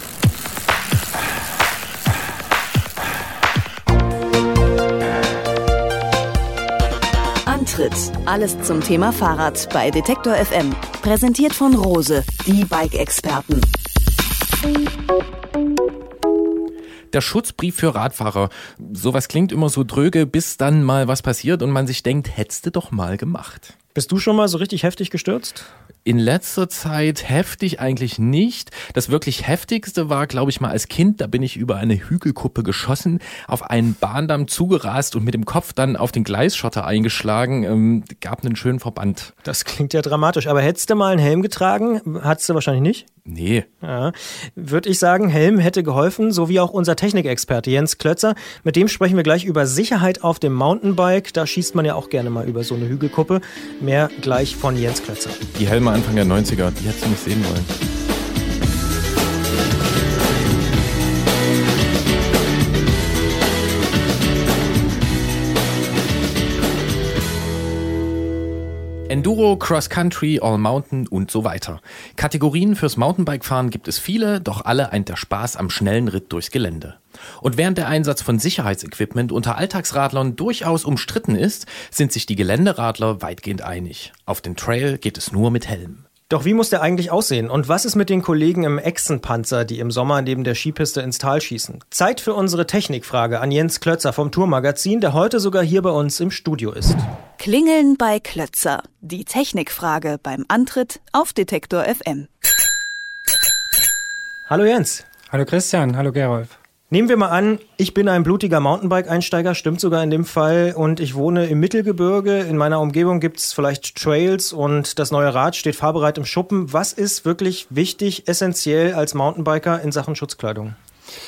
Antritt. Alles zum Thema Fahrrad bei Detektor F M. Präsentiert von Rose, die Bike-Experten. Der Schutzbrief für Radfahrer. Sowas klingt immer so dröge, bis dann mal was passiert und man sich denkt, hättest du doch mal gemacht. Bist du schon mal so richtig heftig gestürzt? In letzter Zeit heftig eigentlich nicht. Das wirklich Heftigste war, glaube ich, mal als Kind. Da bin ich über eine Hügelkuppe geschossen, auf einen Bahndamm zugerast und mit dem Kopf dann auf den Gleisschotter eingeschlagen. Ähm, gab einen schönen Verband. Das klingt ja dramatisch. Aber hättest du mal einen Helm getragen? Hattest du wahrscheinlich nicht? Nee. Ja, würde ich sagen, Helm hätte geholfen, so wie auch unser Technikexperte Jens Klötzer. Mit dem sprechen wir gleich über Sicherheit auf dem Mountainbike. Da schießt man ja auch gerne mal über so eine Hügelkuppe. Mehr gleich von Jens Klötzer. Die Helme Anfang der neunziger, die hättest du nicht sehen wollen. Enduro, Cross-Country, All-Mountain und so weiter. Kategorien fürs Mountainbike-Fahren gibt es viele, doch alle eint der Spaß am schnellen Ritt durchs Gelände. Und während der Einsatz von Sicherheitsequipment unter Alltagsradlern durchaus umstritten ist, sind sich die Geländeradler weitgehend einig. Auf den Trail geht es nur mit Helm. Doch wie muss der eigentlich aussehen? Und was ist mit den Kollegen im Echsenpanzer, die im Sommer neben der Skipiste ins Tal schießen? Zeit für unsere Technikfrage an Jens Klötzer vom Tourmagazin, der heute sogar hier bei uns im Studio ist. Klingeln bei Klötzer. Die Technikfrage beim Antritt auf Detektor F M. Hallo Jens. Hallo Christian, hallo Gerolf. Nehmen wir mal an, ich bin ein blutiger Mountainbike-Einsteiger, stimmt sogar in dem Fall, und ich wohne im Mittelgebirge. In meiner Umgebung gibt es vielleicht Trails und das neue Rad steht fahrbereit im Schuppen. Was ist wirklich wichtig, essentiell als Mountainbiker in Sachen Schutzkleidung?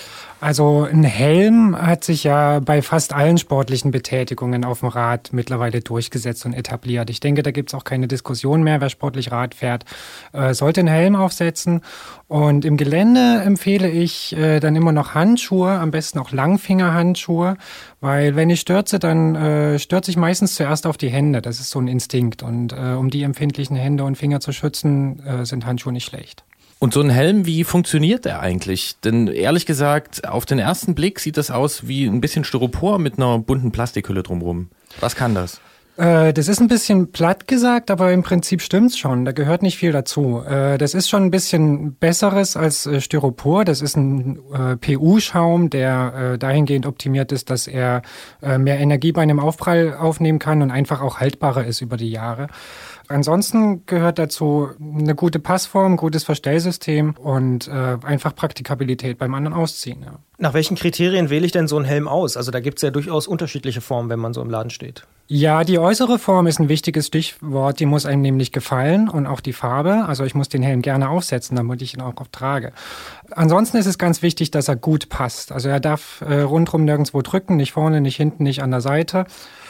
Also ein Helm hat sich ja bei fast allen sportlichen Betätigungen auf dem Rad mittlerweile durchgesetzt und etabliert. Ich denke, da gibt es auch keine Diskussion mehr. Wer sportlich Rad fährt, äh, sollte einen Helm aufsetzen. Und im Gelände empfehle ich äh, dann immer noch Handschuhe, am besten auch Langfingerhandschuhe, weil wenn ich stürze, dann äh, stürze ich meistens zuerst auf die Hände. Das ist so ein Instinkt. Und äh, um die empfindlichen Hände und Finger zu schützen, äh, sind Handschuhe nicht schlecht. Und so ein Helm, wie funktioniert der eigentlich? Denn ehrlich gesagt, auf den ersten Blick sieht das aus wie ein bisschen Styropor mit einer bunten Plastikhülle drumherum. Was kann das? Äh, das ist ein bisschen platt gesagt, aber im Prinzip stimmt's schon. Da gehört nicht viel dazu. Äh, das ist schon ein bisschen Besseres als äh, Styropor. Das ist ein äh, P U-Schaum, der äh, dahingehend optimiert ist, dass er äh, mehr Energie bei einem Aufprall aufnehmen kann und einfach auch haltbarer ist über die Jahre. Ansonsten gehört dazu eine gute Passform, ein gutes Verstellsystem und äh, einfach Praktikabilität beim anderen Ausziehen. Ja. Nach welchen Kriterien wähle ich denn so einen Helm aus? Also da gibt es ja durchaus unterschiedliche Formen, wenn man so im Laden steht. Ja, die äußere Form ist ein wichtiges Stichwort. Die muss einem nämlich gefallen und auch die Farbe. Also ich muss den Helm gerne aufsetzen, damit ich ihn auch oft trage. Ansonsten ist es ganz wichtig, dass er gut passt. Also er darf äh, rundrum nirgendwo drücken, nicht vorne, nicht hinten, nicht an der Seite.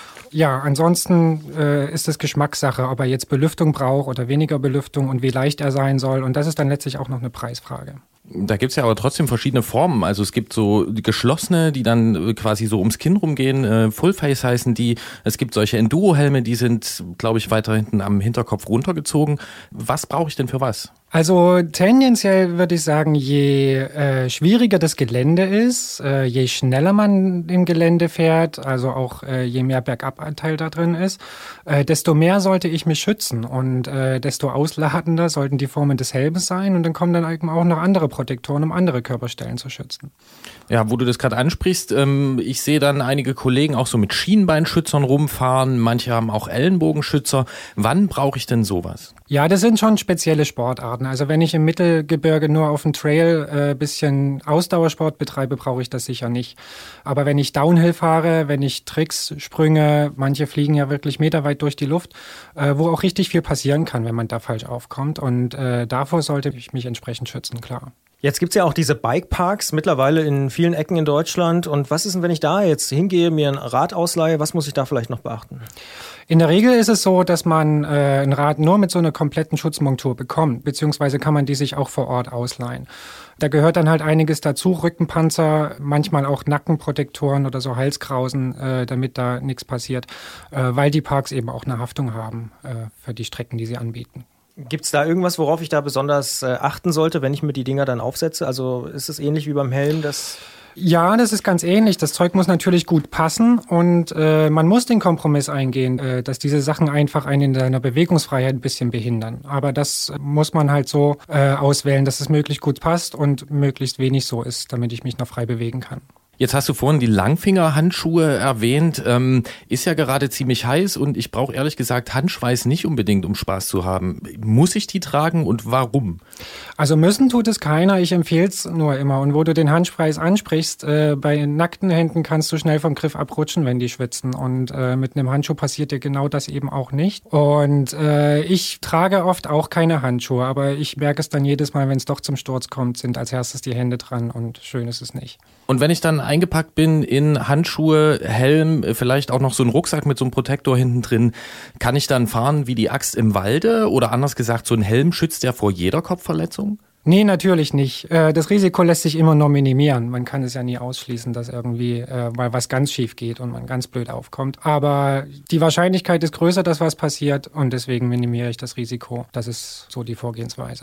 Ja, ansonsten äh, ist es Geschmackssache, ob er jetzt Belüftung braucht oder weniger Belüftung und wie leicht er sein soll. Und das ist dann letztlich auch noch eine Preisfrage. Da gibt's ja aber trotzdem verschiedene Formen. Also es gibt so geschlossene, die dann quasi so ums Kinn rumgehen. Äh, Fullface heißen die. Es gibt solche Enduro-Helme, die sind, glaube ich, weiter hinten am Hinterkopf runtergezogen. Was brauche ich denn für was? Also tendenziell würde ich sagen, je äh, schwieriger das Gelände ist, äh, je schneller man im Gelände fährt, also auch äh, je mehr Bergabanteil da drin ist, äh, desto mehr sollte ich mich schützen und äh, desto ausladender sollten die Formen des Helms sein und dann kommen dann eben auch noch andere Protektoren, um andere Körperstellen zu schützen. Ja, wo du das gerade ansprichst, ähm, ich sehe dann einige Kollegen auch so mit Schienbeinschützern rumfahren, manche haben auch Ellenbogenschützer. Wann brauche ich denn sowas? Ja, das sind schon spezielle Sportarten. Also wenn ich im Mittelgebirge nur auf dem Trail äh, bisschen Ausdauersport betreibe, brauche ich das sicher nicht. Aber wenn ich Downhill fahre, wenn ich Tricks, Sprünge, manche fliegen ja wirklich meterweit durch die Luft, äh, wo auch richtig viel passieren kann, wenn man da falsch aufkommt. Und äh, davor sollte ich mich entsprechend schützen, klar. Jetzt gibt's ja auch diese Bikeparks mittlerweile in vielen Ecken in Deutschland. Und was ist denn, wenn ich da jetzt hingehe, mir ein Rad ausleihe? Was muss ich da vielleicht noch beachten? In der Regel ist es so, dass man äh, ein Rad nur mit so einer kompletten Schutzmontur bekommt, beziehungsweise kann man die sich auch vor Ort ausleihen. Da gehört dann halt einiges dazu, Rückenpanzer, manchmal auch Nackenprotektoren oder so Halskrausen, äh, damit da nichts passiert, äh, weil die Parks eben auch eine Haftung haben äh, für die Strecken, die sie anbieten. Gibt's da irgendwas, worauf ich da besonders äh, achten sollte, wenn ich mir die Dinger dann aufsetze? Also ist es ähnlich wie beim Helm, dass... Ja, das ist ganz ähnlich. Das Zeug muss natürlich gut passen und äh, man muss den Kompromiss eingehen, äh, dass diese Sachen einfach einen in seiner Bewegungsfreiheit ein bisschen behindern. Aber das muss man halt so äh, auswählen, dass es möglichst gut passt und möglichst wenig so ist, damit ich mich noch frei bewegen kann. Jetzt hast du vorhin die Langfingerhandschuhe erwähnt. Ähm, ist ja gerade ziemlich heiß und ich brauche ehrlich gesagt Handschweiß nicht unbedingt, um Spaß zu haben. Muss ich die tragen und warum? Also müssen tut es keiner. Ich empfehle es nur immer. Und wo du den Handschweiß ansprichst, äh, bei nackten Händen kannst du schnell vom Griff abrutschen, wenn die schwitzen. Und äh, mit einem Handschuh passiert dir genau das eben auch nicht. Und äh, ich trage oft auch keine Handschuhe, aber ich merke es dann jedes Mal, wenn es doch zum Sturz kommt, sind als erstes die Hände dran und schön ist es nicht. Und wenn ich dann eingepackt bin in Handschuhe, Helm, vielleicht auch noch so einen Rucksack mit so einem Protektor hinten drin, kann ich dann fahren wie die Axt im Walde? Oder anders gesagt, so ein Helm schützt ja vor jeder Kopfverletzung? Nee, natürlich nicht. Das Risiko lässt sich immer nur minimieren. Man kann es ja nie ausschließen, dass irgendwie äh, mal was ganz schief geht und man ganz blöd aufkommt. Aber die Wahrscheinlichkeit ist größer, dass was passiert und deswegen minimiere ich das Risiko. Das ist so die Vorgehensweise.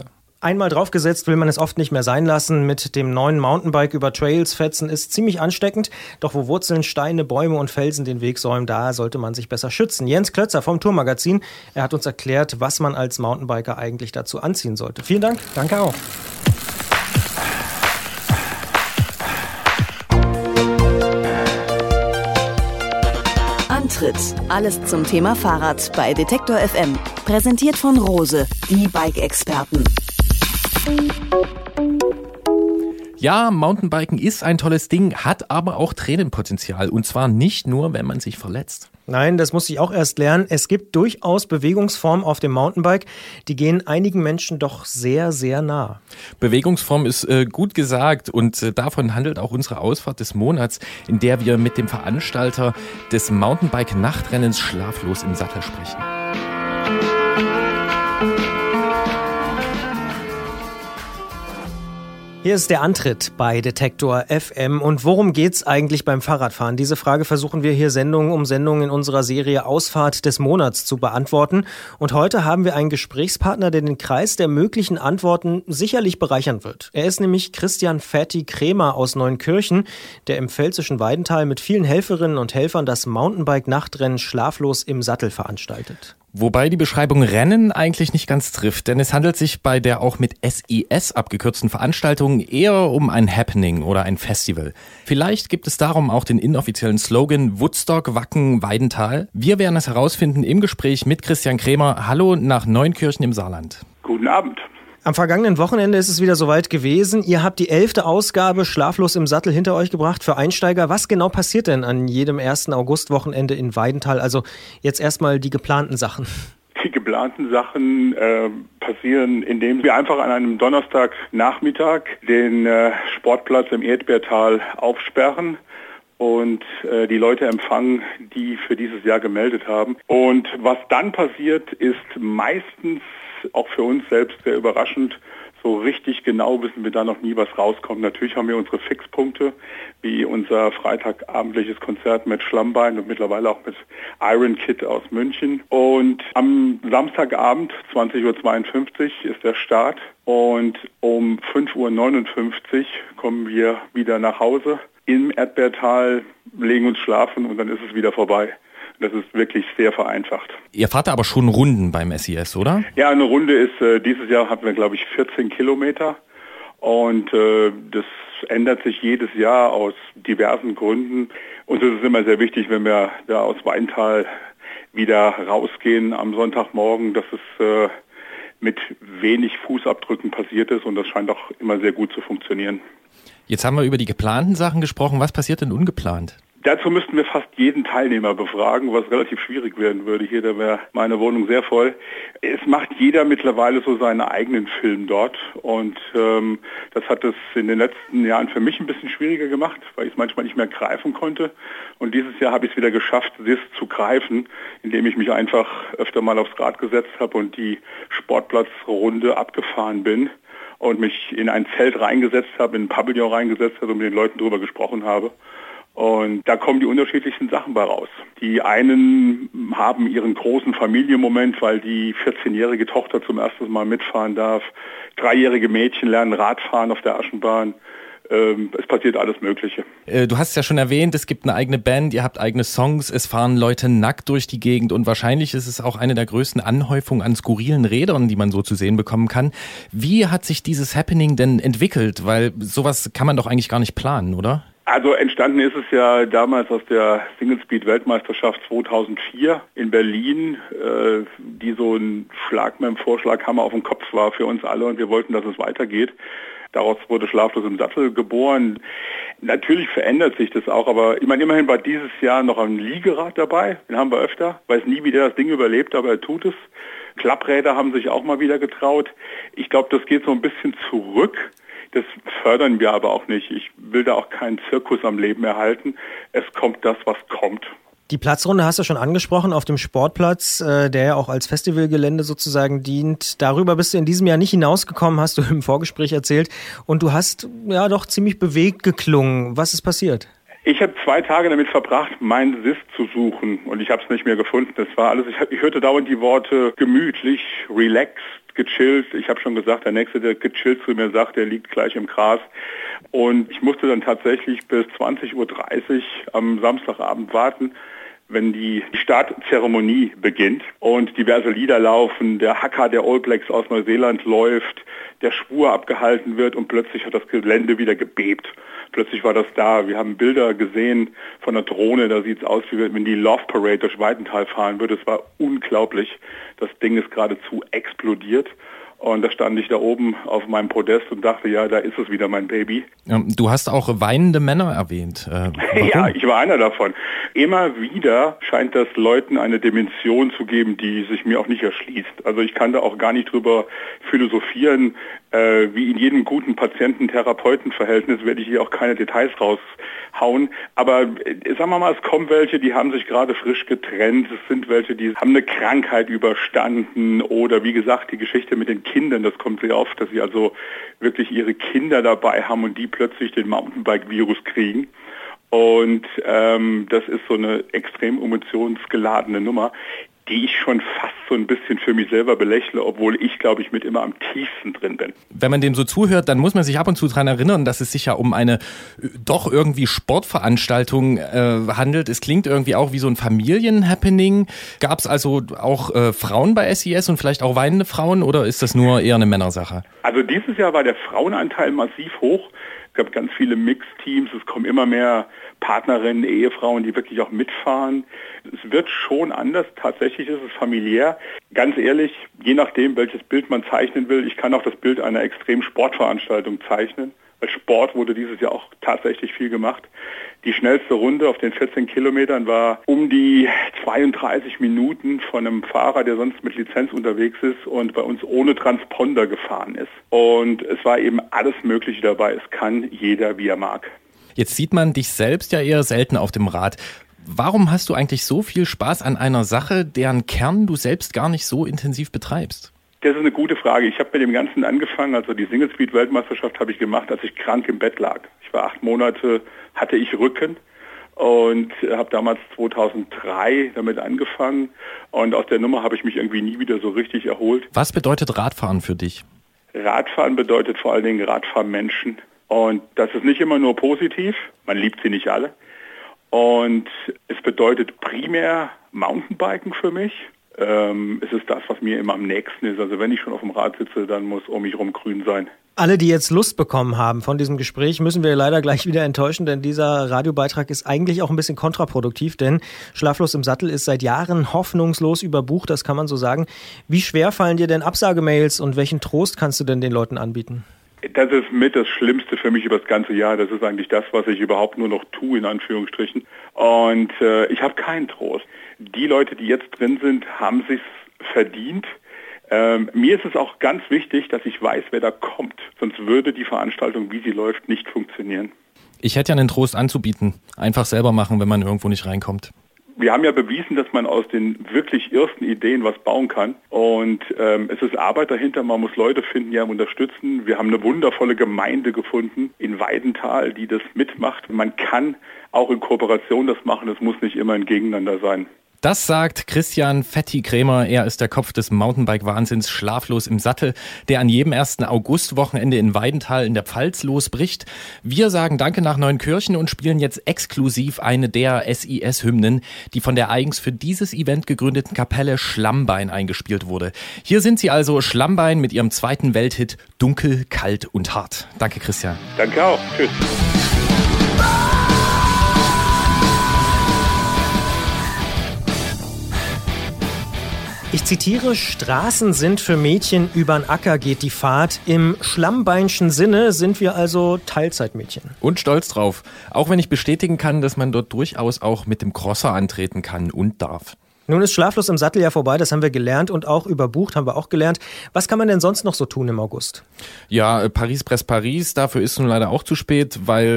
Einmal draufgesetzt will man es oft nicht mehr sein lassen. Mit dem neuen Mountainbike über Trails fetzen ist ziemlich ansteckend. Doch wo Wurzeln, Steine, Bäume und Felsen den Weg säumen, da sollte man sich besser schützen. Jens Klötzer vom Tourmagazin, er hat uns erklärt, was man als Mountainbiker eigentlich dazu anziehen sollte. Vielen Dank. Danke auch. Antritt. Alles zum Thema Fahrrad bei Detektor F M. Präsentiert von Rose, die Bike-Experten. Ja, Mountainbiken ist ein tolles Ding, hat aber auch Tränenpotenzial. Und zwar nicht nur, wenn man sich verletzt. Nein, das musste ich auch erst lernen. Es gibt durchaus Bewegungsformen auf dem Mountainbike, die gehen einigen Menschen doch sehr, sehr nah. Bewegungsform ist äh, gut gesagt und äh, davon handelt auch unsere Ausfahrt des Monats, in der wir mit dem Veranstalter des Mountainbike-Nachtrennens Schlaflos im Sattel sprechen. Hier ist der Antritt bei Detektor F M. Und worum geht's eigentlich beim Fahrradfahren? Diese Frage versuchen wir hier Sendung um Sendung in unserer Serie Ausfahrt des Monats zu beantworten. Und heute haben wir einen Gesprächspartner, der den Kreis der möglichen Antworten sicherlich bereichern wird. Er ist nämlich Christian Ferti Krämer aus Neunkirchen, der im pfälzischen Weidental mit vielen Helferinnen und Helfern das Mountainbike-Nachtrennen Schlaflos im Sattel veranstaltet. Wobei die Beschreibung Rennen eigentlich nicht ganz trifft, denn es handelt sich bei der auch mit S I S abgekürzten Veranstaltung eher um ein Happening oder ein Festival. Vielleicht gibt es darum auch den inoffiziellen Slogan Woodstock, Wacken, Weidental. Wir werden es herausfinden im Gespräch mit Christian Krämer. Hallo nach Neunkirchen im Saarland. Guten Abend. Am vergangenen Wochenende ist es wieder soweit gewesen. Ihr habt die elfte Ausgabe Schlaflos im Sattel hinter euch gebracht für Einsteiger. Was genau passiert denn an jedem ersten August-Wochenende in Weidental? Also jetzt erstmal die geplanten Sachen. Die geplanten Sachen äh, passieren, indem wir einfach an einem Donnerstagnachmittag den äh, Sportplatz im Erdbeertal aufsperren und äh, die Leute empfangen, die für dieses Jahr gemeldet haben. Und was dann passiert, ist meistens auch für uns selbst sehr überraschend. So richtig genau wissen wir da noch nie, was rauskommt. Natürlich haben wir unsere Fixpunkte, wie unser freitagabendliches Konzert mit Schlammbein und mittlerweile auch mit Iron Kid aus München. Und am Samstagabend, zwanzig Uhr zweiundfünfzig, ist der Start. Und um fünf Uhr neunundfünfzig kommen wir wieder nach Hause im Erdbeertal, legen uns schlafen und dann ist es wieder vorbei. Das ist wirklich sehr vereinfacht. Ihr fahrt aber schon Runden beim S I S, oder? Ja, eine Runde ist, äh, dieses Jahr hatten wir, glaube ich, vierzehn Kilometer. Und äh, das ändert sich jedes Jahr aus diversen Gründen. Und es ist immer sehr wichtig, wenn wir da aus Weidental wieder rausgehen am Sonntagmorgen, dass es äh, mit wenig Fußabdrücken passiert ist. Und das scheint auch immer sehr gut zu funktionieren. Jetzt haben wir über die geplanten Sachen gesprochen. Was passiert denn ungeplant? Dazu müssten wir fast jeden Teilnehmer befragen, was relativ schwierig werden würde. Hier, da wäre meine Wohnung sehr voll. Es macht jeder mittlerweile so seinen eigenen Film dort. Und ähm, das hat es in den letzten Jahren für mich ein bisschen schwieriger gemacht, weil ich es manchmal nicht mehr greifen konnte. Und dieses Jahr habe ich es wieder geschafft, das zu greifen, indem ich mich einfach öfter mal aufs Rad gesetzt habe und die Sportplatzrunde abgefahren bin und mich in ein Zelt reingesetzt habe, in ein Pavillon reingesetzt habe und mit den Leuten drüber gesprochen habe. Und da kommen die unterschiedlichsten Sachen bei raus. Die einen haben ihren großen Familienmoment, weil die vierzehnjährige Tochter zum ersten Mal mitfahren darf. Dreijährige Mädchen lernen Radfahren auf der Aschenbahn. Ähm, es passiert alles Mögliche. Du hast ja schon erwähnt, es gibt eine eigene Band, ihr habt eigene Songs, es fahren Leute nackt durch die Gegend und wahrscheinlich ist es auch eine der größten Anhäufungen an skurrilen Rädern, die man so zu sehen bekommen kann. Wie hat sich dieses Happening denn entwickelt? Weil sowas kann man doch eigentlich gar nicht planen, oder? Also entstanden ist es ja damals aus der Single-Speed-Weltmeisterschaft zweitausendvier in Berlin, äh, die so ein Schlag mit dem Vorschlaghammer auf den Kopf war für uns alle und wir wollten, dass es weitergeht. Daraus wurde Schlaflos im Sattel geboren. Natürlich verändert sich das auch, aber ich meine, immerhin war dieses Jahr noch ein Liegerad dabei. Den haben wir öfter. Weiß nie, wie der das Ding überlebt, aber er tut es. Klappräder haben sich auch mal wieder getraut. Ich glaube, das geht so ein bisschen zurück. Das fördern wir aber auch nicht. Ich will da auch keinen Zirkus am Leben erhalten. Es kommt das, was kommt. Die Platzrunde hast du schon angesprochen auf dem Sportplatz, äh, der ja auch als Festivalgelände sozusagen dient. Darüber bist du in diesem Jahr nicht hinausgekommen, hast du im Vorgespräch erzählt. Und du hast ja doch ziemlich bewegt geklungen. Was ist passiert? Ich habe zwei Tage damit verbracht, meinen Sitz zu suchen und ich habe es nicht mehr gefunden. Das war alles, ich, hab, ich hörte dauernd die Worte gemütlich, relaxed, gechillt. Ich habe schon gesagt, der Nächste, der gechillt zu mir sagt, der liegt gleich im Gras. Und ich musste dann tatsächlich bis zwanzig Uhr dreißig am Samstagabend warten, wenn die Startzeremonie beginnt und diverse Lieder laufen, der Haka der All Blacks aus Neuseeland läuft, der Schwur abgehalten wird und plötzlich hat das Gelände wieder gebebt. Plötzlich war das da. Wir haben Bilder gesehen von einer Drohne, da sieht es aus, wie wenn die Love Parade durch Weidenthal fahren würde. Es war unglaublich. Das Ding ist geradezu explodiert. Und da stand ich da oben auf meinem Podest und dachte, ja, da ist es wieder, mein Baby. Du hast auch weinende Männer erwähnt. Äh, ja, ich war einer davon. Immer wieder scheint das Leuten eine Dimension zu geben, die sich mir auch nicht erschließt. Also ich kann da auch gar nicht drüber philosophieren. Äh, wie in jedem guten Patienten-Therapeuten-Verhältnis werde ich hier auch keine Details raushauen. Aber äh, sagen wir mal, es kommen welche, die haben sich gerade frisch getrennt. Es sind welche, die haben eine Krankheit überstanden. Oder wie gesagt, die Geschichte mit den Kindern, das kommt sehr oft, dass sie also wirklich ihre Kinder dabei haben und die plötzlich den Mountainbike-Virus kriegen. Und ähm, das ist so eine extrem emotionsgeladene Nummer, die ich schon fast so ein bisschen für mich selber belächle, obwohl ich, glaube ich, mit immer am tiefsten drin bin. Wenn man dem so zuhört, dann muss man sich ab und zu daran erinnern, dass es sich ja um eine doch irgendwie Sportveranstaltung äh, handelt. Es klingt irgendwie auch wie so ein Familienhappening. Gab es also auch äh, Frauen bei S I S und vielleicht auch weinende Frauen oder ist das nur eher eine Männersache? Also dieses Jahr war der Frauenanteil massiv hoch. Es gab ganz viele Mixteams, es kommen immer mehr Partnerinnen, Ehefrauen, die wirklich auch mitfahren. Es wird schon anders, tatsächlich ist es familiär. Ganz ehrlich, je nachdem, welches Bild man zeichnen will, ich kann auch das Bild einer extremen Sportveranstaltung zeichnen. Weil Sport wurde dieses Jahr auch tatsächlich viel gemacht. Die schnellste Runde auf den vierzehn Kilometern war um die zweiunddreißig Minuten von einem Fahrer, der sonst mit Lizenz unterwegs ist und bei uns ohne Transponder gefahren ist. Und es war eben alles Mögliche dabei. Es kann jeder, wie er mag. Jetzt sieht man dich selbst ja eher selten auf dem Rad. Warum hast du eigentlich so viel Spaß an einer Sache, deren Kern du selbst gar nicht so intensiv betreibst? Das ist eine gute Frage. Ich habe mit dem Ganzen angefangen, also die Single Speed Weltmeisterschaft habe ich gemacht, als ich krank im Bett lag. Ich war acht Monate, hatte ich Rücken und habe damals zweitausenddrei damit angefangen und aus der Nummer habe ich mich irgendwie nie wieder so richtig erholt. Was bedeutet Radfahren für dich? Radfahren bedeutet vor allen Dingen Radfahrmenschen und das ist nicht immer nur positiv, man liebt sie nicht alle und es bedeutet primär Mountainbiken für mich. Ähm, es ist das, was mir immer am nächsten ist. Also wenn ich schon auf dem Rad sitze, dann muss um mich herum grün sein. Alle, die jetzt Lust bekommen haben von diesem Gespräch, müssen wir leider gleich wieder enttäuschen, denn dieser Radiobeitrag ist eigentlich auch ein bisschen kontraproduktiv, denn Schlaflos im Sattel ist seit Jahren hoffnungslos überbucht, das kann man so sagen. Wie schwer fallen dir denn Absagemails und welchen Trost kannst du denn den Leuten anbieten? Das ist mit das Schlimmste für mich über das ganze Jahr. Das ist eigentlich das, was ich überhaupt nur noch tue, in Anführungsstrichen. Und äh, ich habe keinen Trost. Die Leute, die jetzt drin sind, haben sich's verdient. Ähm, mir ist es auch ganz wichtig, dass ich weiß, wer da kommt. Sonst würde die Veranstaltung, wie sie läuft, nicht funktionieren. Ich hätte ja einen Trost anzubieten. Einfach selber machen, wenn man irgendwo nicht reinkommt. Wir haben ja bewiesen, dass man aus den wirklich ersten Ideen was bauen kann. Und ähm, es ist Arbeit dahinter, man muss Leute finden, die einem unterstützen. Wir haben eine wundervolle Gemeinde gefunden in Weidenthal, die das mitmacht. Man kann auch in Kooperation das machen, es muss nicht immer ein Gegeneinander sein. Das sagt Christian Fetti-Krämer. Er ist der Kopf des Mountainbike-Wahnsinns Schlaflos im Sattel, der an jedem ersten Augustwochenende in Weidenthal in der Pfalz losbricht. Wir sagen Danke nach Neunkirchen und spielen jetzt exklusiv eine der S I S-Hymnen, die von der eigens für dieses Event gegründeten Kapelle Schlammbein eingespielt wurde. Hier sind sie also, Schlammbein mit ihrem zweiten Welthit Dunkel, kalt und hart. Danke, Christian. Danke auch. Tschüss. Ich zitiere, Straßen sind für Mädchen, übern Acker geht die Fahrt. Im schlammbeinschen Sinne sind wir also Teilzeitmädchen. Und stolz drauf. Auch wenn ich bestätigen kann, dass man dort durchaus auch mit dem Crosser antreten kann und darf. Nun ist Schlaflos im Sattel ja vorbei, das haben wir gelernt und auch überbucht haben wir auch gelernt. Was kann man denn sonst noch so tun im August? Ja, Paris Brest Paris, dafür ist nun leider auch zu spät, weil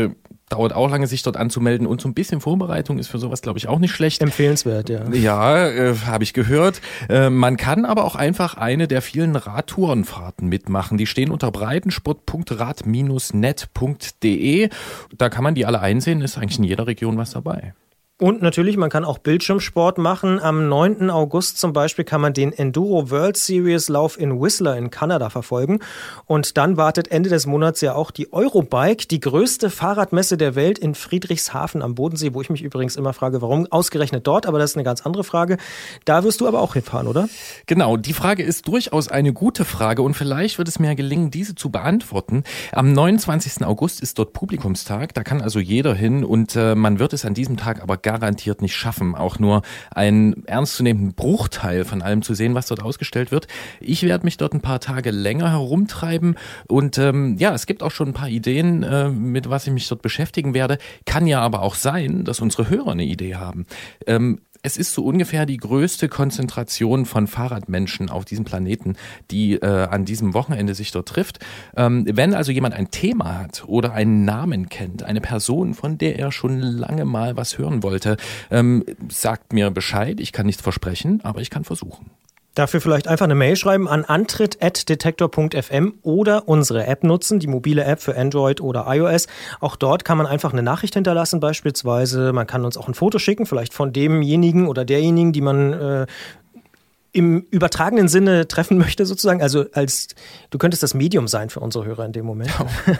Dauert auch lange, sich dort anzumelden und so ein bisschen Vorbereitung ist für sowas, glaube ich, auch nicht schlecht. Empfehlenswert, ja. Ja, äh, habe ich gehört. Äh, man kann aber auch einfach eine der vielen Radtourenfahrten mitmachen. Die stehen unter breitensport punkt rad Bindestrich net punkt de. Da kann man die alle einsehen, ist eigentlich in jeder Region was dabei. Und natürlich, man kann auch Bildschirmsport machen. Am neunten August zum Beispiel kann man den Enduro World Series Lauf in Whistler in Kanada verfolgen. Und dann wartet Ende des Monats ja auch die Eurobike, die größte Fahrradmesse der Welt in Friedrichshafen am Bodensee, wo ich mich übrigens immer frage, warum ausgerechnet dort, aber das ist eine ganz andere Frage. Da wirst du aber auch hinfahren, oder? Genau, die Frage ist durchaus eine gute Frage und vielleicht wird es mir gelingen, diese zu beantworten. Am neunundzwanzigsten August ist dort Publikumstag, da kann also jeder hin und äh, man wird es an diesem Tag aber garantiert nicht schaffen, auch nur einen ernstzunehmenden Bruchteil von allem zu sehen, was dort ausgestellt wird. Ich werde mich dort ein paar Tage länger herumtreiben und ähm, ja, es gibt auch schon ein paar Ideen, äh, mit was ich mich dort beschäftigen werde. Kann ja aber auch sein, dass unsere Hörer eine Idee haben. Ähm, Es ist so ungefähr die größte Konzentration von Fahrradmenschen auf diesem Planeten, die äh, an diesem Wochenende sich dort trifft. Ähm, wenn also jemand ein Thema hat oder einen Namen kennt, eine Person, von der er schon lange mal was hören wollte, ähm, sagt mir Bescheid. Ich kann nichts versprechen, aber ich kann versuchen. Dafür vielleicht einfach eine Mail schreiben an antritt at detektor punkt f m oder unsere App nutzen, die mobile App für Android oder iOS. Auch dort kann man einfach eine Nachricht hinterlassen beispielsweise. Man kann uns auch ein Foto schicken, vielleicht von demjenigen oder derjenigen, die man äh, im übertragenen Sinne treffen möchte sozusagen. Also als du könntest das Medium sein für unsere Hörer in dem Moment.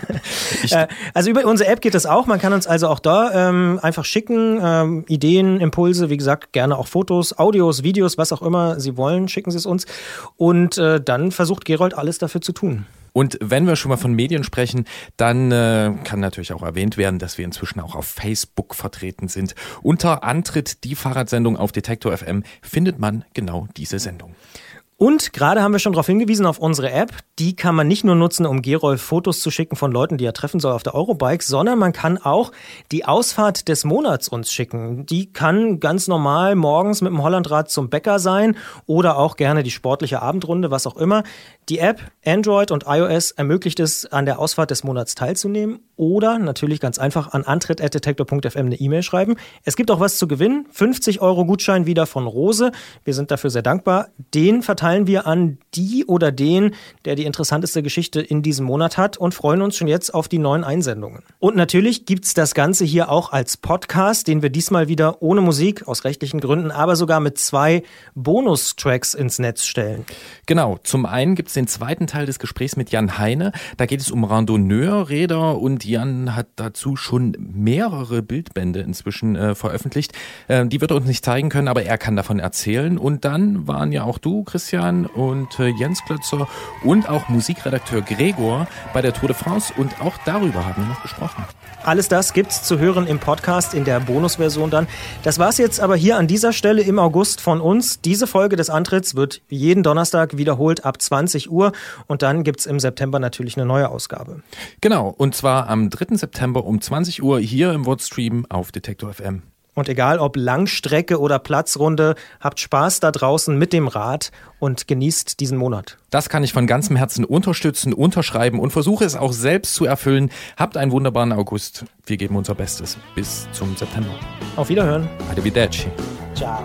Oh. Also über unsere App geht das auch. Man kann uns also auch da ähm, einfach schicken, ähm, Ideen, Impulse, wie gesagt, gerne auch Fotos, Audios, Videos, was auch immer Sie wollen, schicken Sie es uns. Und äh, dann versucht Gerold alles dafür zu tun. Und wenn wir schon mal von Medien sprechen, dann äh, kann natürlich auch erwähnt werden, dass wir inzwischen auch auf Facebook vertreten sind. Unter Antritt, die Fahrradsendung auf Detektor F M, findet man genau diese Sendung. Und gerade haben wir schon darauf hingewiesen, auf unsere App. Die kann man nicht nur nutzen, um Gerolf Fotos zu schicken von Leuten, die er treffen soll auf der Eurobike, sondern man kann auch die Ausfahrt des Monats uns schicken. Die kann ganz normal morgens mit dem Hollandrad zum Bäcker sein oder auch gerne die sportliche Abendrunde, was auch immer. Die App Android und iOS ermöglicht es, an der Ausfahrt des Monats teilzunehmen oder natürlich ganz einfach an antritt at detektor punkt f m eine E-Mail schreiben. Es gibt auch was zu gewinnen. fünfzig Euro Gutschein wieder von Rose. Wir sind dafür sehr dankbar. Den verteilen wir an die oder den, der die interessanteste Geschichte in diesem Monat hat und freuen uns schon jetzt auf die neuen Einsendungen. Und natürlich gibt's das Ganze hier auch als Podcast, den wir diesmal wieder ohne Musik, aus rechtlichen Gründen, aber sogar mit zwei Bonustracks ins Netz stellen. Genau, zum einen gibt's den zweiten Teil des Gesprächs mit Jan Heine. Da geht es um Randonneurräder und Jan hat dazu schon mehrere Bildbände inzwischen äh, veröffentlicht. Äh, die wird er uns nicht zeigen können, aber er kann davon erzählen. Und dann waren ja auch du, Christian, und äh, Jens Klötzer und auch Musikredakteur Gregor bei der Tour de France und auch darüber haben wir noch gesprochen. Alles das gibt's zu hören im Podcast in der Bonusversion dann. Das war's jetzt aber hier an dieser Stelle im August von uns. Diese Folge des Antritts wird jeden Donnerstag wiederholt ab zwanzig Uhr und dann gibt's im September natürlich eine neue Ausgabe. Genau, und zwar am dritten September um zwanzig Uhr hier im Wordstream auf Detektor F M. Und egal ob Langstrecke oder Platzrunde, habt Spaß da draußen mit dem Rad und genießt diesen Monat. Das kann ich von ganzem Herzen unterstützen, unterschreiben und versuche es auch selbst zu erfüllen. Habt einen wunderbaren August. Wir geben unser Bestes. Bis zum September. Auf Wiederhören. Arrivederci. Ciao.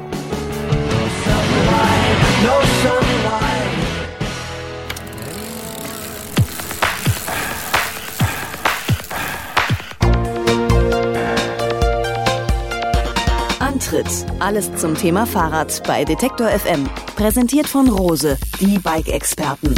Antritt. Alles zum Thema Fahrrad bei Detektor F M. Präsentiert von Rose, die Bike-Experten.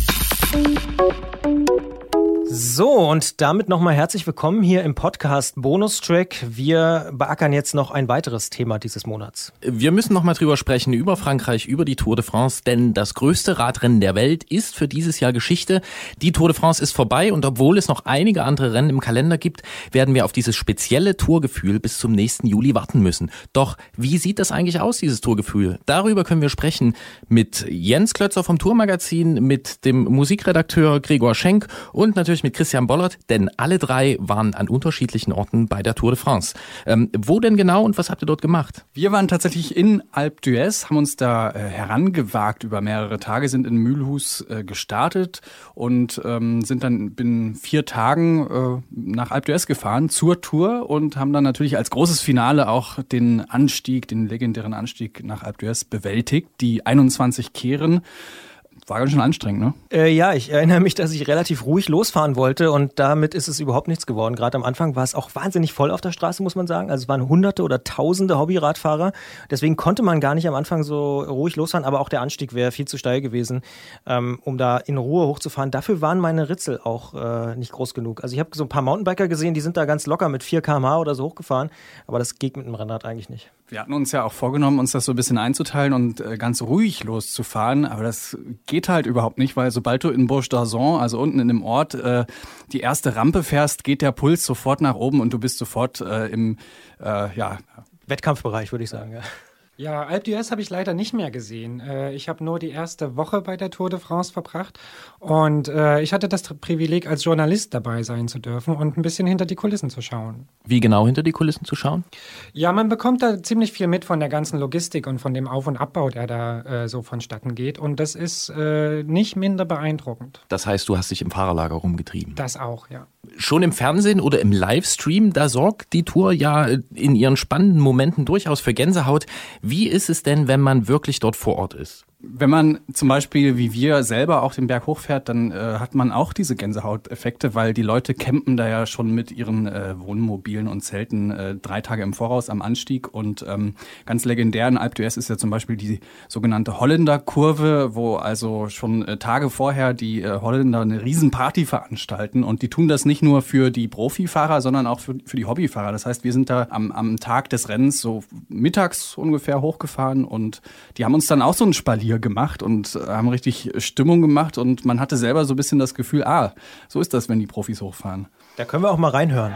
So, und damit nochmal herzlich willkommen hier im Podcast Bonustrack. Wir beackern jetzt noch ein weiteres Thema dieses Monats. Wir müssen nochmal drüber sprechen, über Frankreich, über die Tour de France, denn das größte Radrennen der Welt ist für dieses Jahr Geschichte. Die Tour de France ist vorbei und obwohl es noch einige andere Rennen im Kalender gibt, werden wir auf dieses spezielle Tourgefühl bis zum nächsten Juli warten müssen. Doch wie sieht das eigentlich aus, dieses Tourgefühl? Darüber können wir sprechen mit Jens Klötzer vom Tourmagazin, mit dem Musikredakteur Gregor Schenk und natürlich mit Christian Christian Bollert, denn alle drei waren an unterschiedlichen Orten bei der Tour de France. Ähm, wo denn genau und was habt ihr dort gemacht? Wir waren tatsächlich in Alpe d'Huez, haben uns da äh, herangewagt über mehrere Tage, sind in Mulhouse äh, gestartet und ähm, sind dann binnen vier Tagen äh, nach Alpe d'Huez gefahren zur Tour und haben dann natürlich als großes Finale auch den Anstieg, den legendären Anstieg nach Alpe d'Huez bewältigt, die einundzwanzig Kehren. War ganz schön anstrengend, ne? Äh, ja, ich erinnere mich, dass ich relativ ruhig losfahren wollte und damit ist es überhaupt nichts geworden. Gerade am Anfang war es auch wahnsinnig voll auf der Straße, muss man sagen. Also es waren Hunderte oder Tausende Hobbyradfahrer. Deswegen konnte man gar nicht am Anfang so ruhig losfahren, aber auch der Anstieg wäre viel zu steil gewesen, ähm, um da in Ruhe hochzufahren. Dafür waren meine Ritzel auch äh, nicht groß genug. Also ich habe so ein paar Mountainbiker gesehen, die sind da ganz locker mit vier Kilometer pro Stunde oder so hochgefahren, aber das geht mit dem Rennrad eigentlich nicht. Wir hatten uns ja auch vorgenommen, uns das so ein bisschen einzuteilen und äh, ganz ruhig loszufahren, aber das geht halt überhaupt nicht, weil sobald du in Bourg d'Arzon, also unten in dem Ort, äh, die erste Rampe fährst, geht der Puls sofort nach oben und du bist sofort äh, im äh, ja, Wettkampfbereich, würde ich sagen, ja. Ja, Alpe d'Huez habe ich leider nicht mehr gesehen. Ich habe nur die erste Woche bei der Tour de France verbracht und ich hatte das Privileg, als Journalist dabei sein zu dürfen und ein bisschen hinter die Kulissen zu schauen. Wie genau hinter die Kulissen zu schauen? Ja, man bekommt da ziemlich viel mit von der ganzen Logistik und von dem Auf- und Abbau, der da äh, so vonstatten geht und das ist äh, nicht minder beeindruckend. Das heißt, du hast dich im Fahrerlager rumgetrieben? Das auch, ja. Schon im Fernsehen oder im Livestream, da sorgt die Tour ja in ihren spannenden Momenten durchaus für Gänsehaut. Wie ist es denn, wenn man wirklich dort vor Ort ist? Wenn man zum Beispiel wie wir selber auch den Berg hochfährt, dann äh, hat man auch diese Gänsehauteffekte, weil die Leute campen da ja schon mit ihren äh, Wohnmobilen und Zelten äh, drei Tage im Voraus am Anstieg und ähm, ganz legendär in Alpe d'Huez ist ja zum Beispiel die sogenannte Holländer-Kurve, wo also schon äh, Tage vorher die äh, Holländer eine Riesenparty veranstalten und die tun das nicht nur für die Profifahrer, sondern auch für, für die Hobbyfahrer. Das heißt, wir sind da am, am Tag des Rennens so mittags ungefähr hochgefahren und die haben uns dann auch so ein Spalier gemacht und haben richtig Stimmung gemacht und man hatte selber so ein bisschen das Gefühl, ah, so ist das, wenn die Profis hochfahren. Da können wir auch mal reinhören.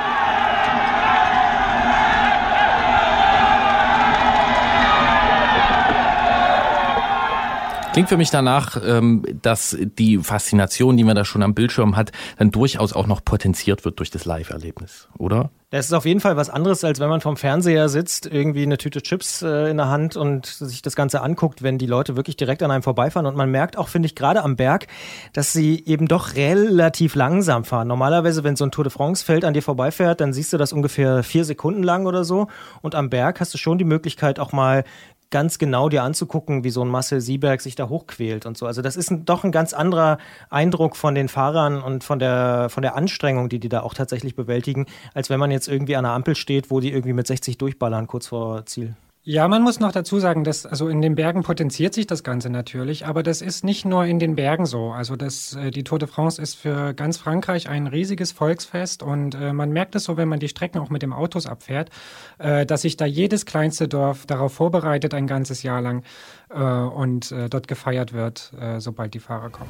Klingt für mich danach, dass die Faszination, die man da schon am Bildschirm hat, dann durchaus auch noch potenziert wird durch das Live-Erlebnis, oder? Das ist auf jeden Fall was anderes, als wenn man vorm Fernseher sitzt, irgendwie eine Tüte Chips äh, in der Hand und sich das Ganze anguckt, wenn die Leute wirklich direkt an einem vorbeifahren. Und man merkt auch, finde ich, gerade am Berg, dass sie eben doch relativ langsam fahren. Normalerweise, wenn so ein Tour de France-Feld an dir vorbeifährt, dann siehst du das ungefähr vier Sekunden lang oder so. Und am Berg hast du schon die Möglichkeit, auch mal ganz genau dir anzugucken, wie so ein Marcel Sieberg sich da hochquält und so. Also das ist ein, doch ein ganz anderer Eindruck von den Fahrern und von der, von der Anstrengung, die die da auch tatsächlich bewältigen, als wenn man jetzt irgendwie an einer Ampel steht, wo die irgendwie mit sechzig durchballern, kurz vor Ziel. Ja, man muss noch dazu sagen, dass also in den Bergen potenziert sich das Ganze natürlich, aber das ist nicht nur in den Bergen so. Also das, die Tour de France ist für ganz Frankreich ein riesiges Volksfest und äh, man merkt es so, wenn man die Strecken auch mit dem Autos abfährt, äh, dass sich da jedes kleinste Dorf darauf vorbereitet, ein ganzes Jahr lang äh, und äh, dort gefeiert wird, äh, sobald die Fahrer kommen.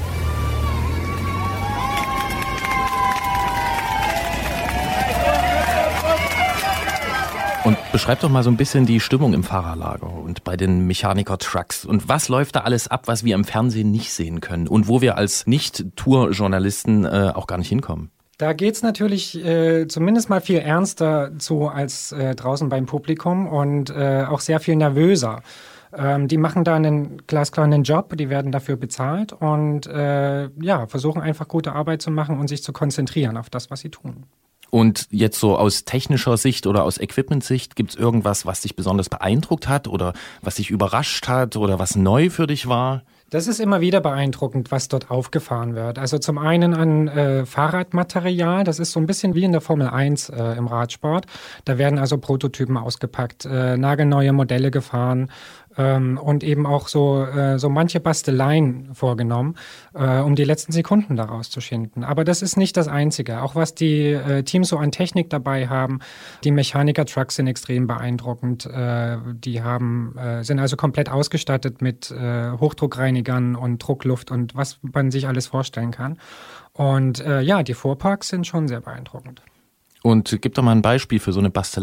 Und beschreib doch mal so ein bisschen die Stimmung im Fahrerlager und bei den Mechaniker-Trucks. Und was läuft da alles ab, was wir im Fernsehen nicht sehen können und wo wir als Nicht-Tour-Journalisten äh, auch gar nicht hinkommen? Da geht's natürlich äh, zumindest mal viel ernster zu als äh, draußen beim Publikum und äh, auch sehr viel nervöser. Ähm, die machen da einen glasklaren Job, die werden dafür bezahlt und äh, ja, versuchen einfach gute Arbeit zu machen und sich zu konzentrieren auf das, was sie tun. Und jetzt so aus technischer Sicht oder aus Equipment-Sicht, gibt's irgendwas, was dich besonders beeindruckt hat oder was dich überrascht hat oder was neu für dich war? Das ist immer wieder beeindruckend, was dort aufgefahren wird. Also zum einen an äh, Fahrradmaterial, das ist so ein bisschen wie in der Formel eins äh, im Radsport. Da werden also Prototypen ausgepackt, äh, nagelneue Modelle gefahren ähm, und eben auch so, äh, so manche Basteleien vorgenommen, äh, um die letzten Sekunden daraus zu schinden. Aber das ist nicht das Einzige. Auch was die äh, Teams so an Technik dabei haben, die Mechaniker-Trucks sind extrem beeindruckend. Äh, die haben, äh, sind also komplett ausgestattet mit äh, Hochdruckreinigern und Druckluft und was man sich alles vorstellen kann. Und äh, ja, die Fuhrparks sind schon sehr beeindruckend. Und gib doch mal ein Beispiel für so eine Bastelei.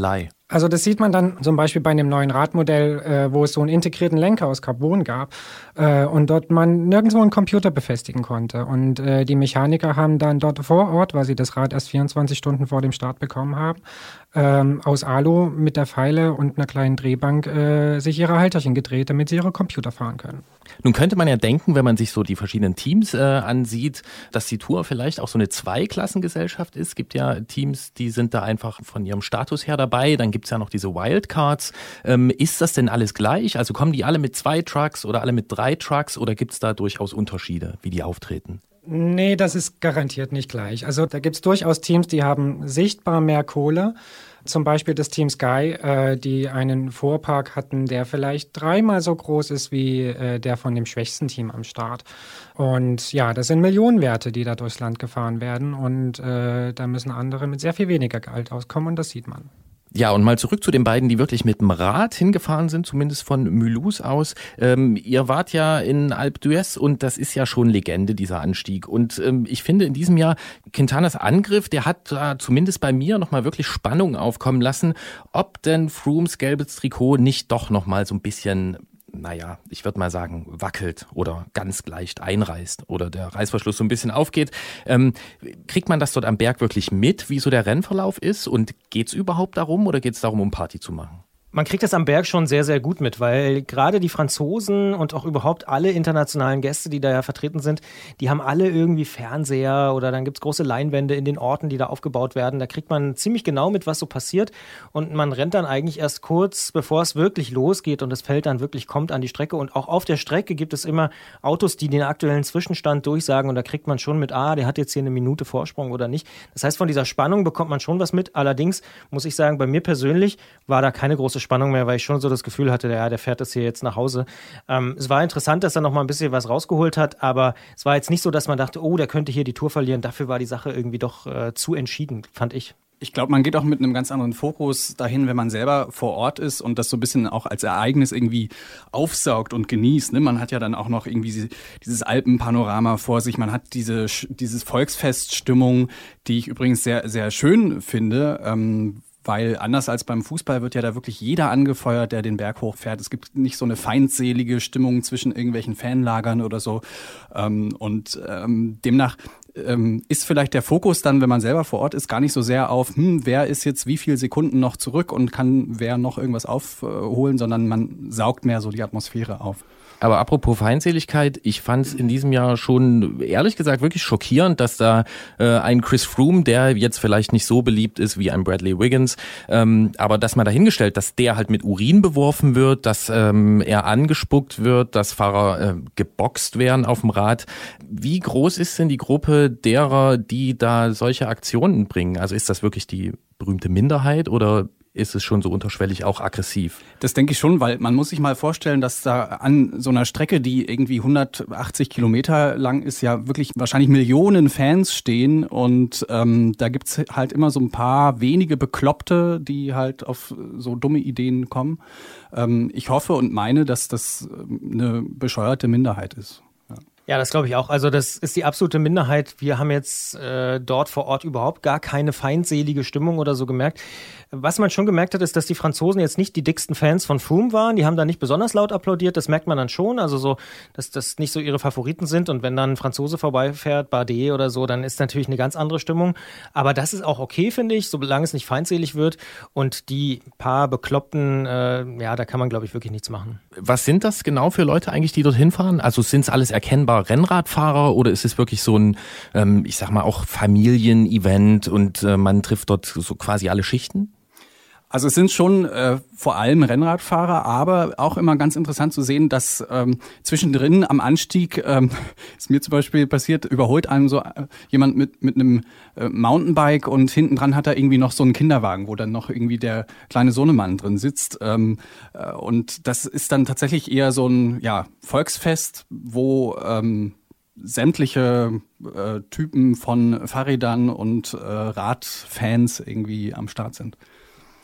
Also das sieht man dann zum Beispiel bei einem neuen Radmodell, äh, wo es so einen integrierten Lenker aus Carbon gab äh, und dort man nirgendwo einen Computer befestigen konnte. Und äh, die Mechaniker haben dann dort vor Ort, weil sie das Rad erst vierundzwanzig Stunden vor dem Start bekommen haben, ähm, aus Alu mit der Feile und einer kleinen Drehbank äh, sich ihre Halterchen gedreht, damit sie ihre Computer fahren können. Nun könnte man ja denken, wenn man sich so die verschiedenen Teams äh, ansieht, dass die Tour vielleicht auch so eine Zweiklassengesellschaft ist. Es gibt ja Teams, die sind da einfach von ihrem Status her dabei. Dann gibt es ja noch diese Wildcards. Ähm, ist das denn alles gleich? Also kommen die alle mit zwei Trucks oder alle mit drei Trucks oder gibt es da durchaus Unterschiede, wie die auftreten? Nee, das ist garantiert nicht gleich. Also da gibt es durchaus Teams, die haben sichtbar mehr Kohle. Zum Beispiel das Team Sky, äh, die einen Fuhrpark hatten, der vielleicht dreimal so groß ist wie äh, der von dem schwächsten Team am Start. Und ja, das sind Millionenwerte, die da durchs Land gefahren werden. Und äh, da müssen andere mit sehr viel weniger Gehalt auskommen und das sieht man. Ja, und mal zurück zu den beiden, die wirklich mit dem Rad hingefahren sind, zumindest von Mulhouse aus. Ähm, ihr wart ja in Alpe d'Huez und das ist ja schon Legende, dieser Anstieg. Und ähm, ich finde in diesem Jahr Quintanas Angriff, der hat da zumindest bei mir nochmal wirklich Spannung aufkommen lassen, ob denn Froomes gelbes Trikot nicht doch nochmal so ein bisschen, naja, ich würde mal sagen, wackelt oder ganz leicht einreißt oder der Reißverschluss so ein bisschen aufgeht. Ähm, kriegt man das dort am Berg wirklich mit, wie so der Rennverlauf ist? Und geht's überhaupt darum oder geht's darum, um Party zu machen? Man kriegt das am Berg schon sehr, sehr gut mit, weil gerade die Franzosen und auch überhaupt alle internationalen Gäste, die da ja vertreten sind, die haben alle irgendwie Fernseher oder dann gibt's große Leinwände in den Orten, die da aufgebaut werden. Da kriegt man ziemlich genau mit, was so passiert und man rennt dann eigentlich erst kurz, bevor es wirklich losgeht und das Feld dann wirklich kommt an die Strecke. Und auch auf der Strecke gibt es immer Autos, die den aktuellen Zwischenstand durchsagen und da kriegt man schon mit, ah, der hat jetzt hier eine Minute Vorsprung oder nicht. Das heißt, von dieser Spannung bekommt man schon was mit. Allerdings muss ich sagen, bei mir persönlich war da keine große Spannung mehr, weil ich schon so das Gefühl hatte, ja, der fährt das hier jetzt nach Hause. Ähm, es war interessant, dass er noch mal ein bisschen was rausgeholt hat, aber es war jetzt nicht so, dass man dachte, oh, der könnte hier die Tour verlieren. Dafür war die Sache irgendwie doch äh, zu entschieden, fand ich. Ich glaube, man geht auch mit einem ganz anderen Fokus dahin, wenn man selber vor Ort ist und das so ein bisschen auch als Ereignis irgendwie aufsaugt und genießt. Ne? Man hat ja dann auch noch irgendwie dieses Alpenpanorama vor sich. Man hat diese dieses Volksfeststimmung, die ich übrigens sehr, sehr schön finde, ähm, weil anders als beim Fußball wird ja da wirklich jeder angefeuert, der den Berg hochfährt. Es gibt nicht so eine feindselige Stimmung zwischen irgendwelchen Fanlagern oder so. Und demnach ist vielleicht der Fokus dann, wenn man selber vor Ort ist, gar nicht so sehr auf, hm, wer ist jetzt wie viele Sekunden noch zurück und kann wer noch irgendwas aufholen, sondern man saugt mehr so die Atmosphäre auf. Aber apropos Feindseligkeit, ich fand es in diesem Jahr schon, ehrlich gesagt, wirklich schockierend, dass da äh, ein Chris Froome, der jetzt vielleicht nicht so beliebt ist wie ein Bradley Wiggins, ähm, aber dass man dahingestellt, dass der halt mit Urin beworfen wird, dass ähm, er angespuckt wird, dass Fahrer äh, geboxt werden auf dem Rad. Wie groß ist denn die Gruppe derer, die da solche Aktionen bringen? Also ist das wirklich die berühmte Minderheit oder ist es schon so unterschwellig auch aggressiv? Das denke ich schon, weil man muss sich mal vorstellen, dass da an so einer Strecke, die irgendwie hundertachtzig Kilometer lang ist, ja wirklich wahrscheinlich Millionen Fans stehen und ähm, da gibt's halt immer so ein paar wenige Bekloppte, die halt auf so dumme Ideen kommen. Ähm, ich hoffe und meine, dass das eine bescheuerte Minderheit ist. Ja, das glaube ich auch. Also das ist die absolute Minderheit. Wir haben jetzt äh, dort vor Ort überhaupt gar keine feindselige Stimmung oder so gemerkt. Was man schon gemerkt hat, ist, dass die Franzosen jetzt nicht die dicksten Fans von Froome waren. Die haben da nicht besonders laut applaudiert. Das merkt man dann schon. Also so, dass das nicht so ihre Favoriten sind. Und wenn dann ein Franzose vorbeifährt, Bardet oder so, dann ist natürlich eine ganz andere Stimmung. Aber das ist auch okay, finde ich, solange es nicht feindselig wird. Und die paar Bekloppten, äh, ja, da kann man, glaube ich, wirklich nichts machen. Was sind das genau für Leute eigentlich, die dorthin fahren? Also sind es alles erkennbar Rennradfahrer oder ist es wirklich so ein, ähm, ich sag mal, auch Familienevent und äh, man trifft dort so quasi alle Schichten? Also es sind schon äh, vor allem Rennradfahrer, aber auch immer ganz interessant zu sehen, dass ähm, zwischendrin am Anstieg, ähm, ist mir zum Beispiel passiert, überholt einem so äh, jemand mit mit einem äh, Mountainbike und hinten dran hat er irgendwie noch so einen Kinderwagen, wo dann noch irgendwie der kleine Sohnemann drin sitzt. Ähm, äh, und das ist dann tatsächlich eher so ein ja Volksfest, wo ähm, sämtliche äh, Typen von Fahrrädern und äh, Radfans irgendwie am Start sind.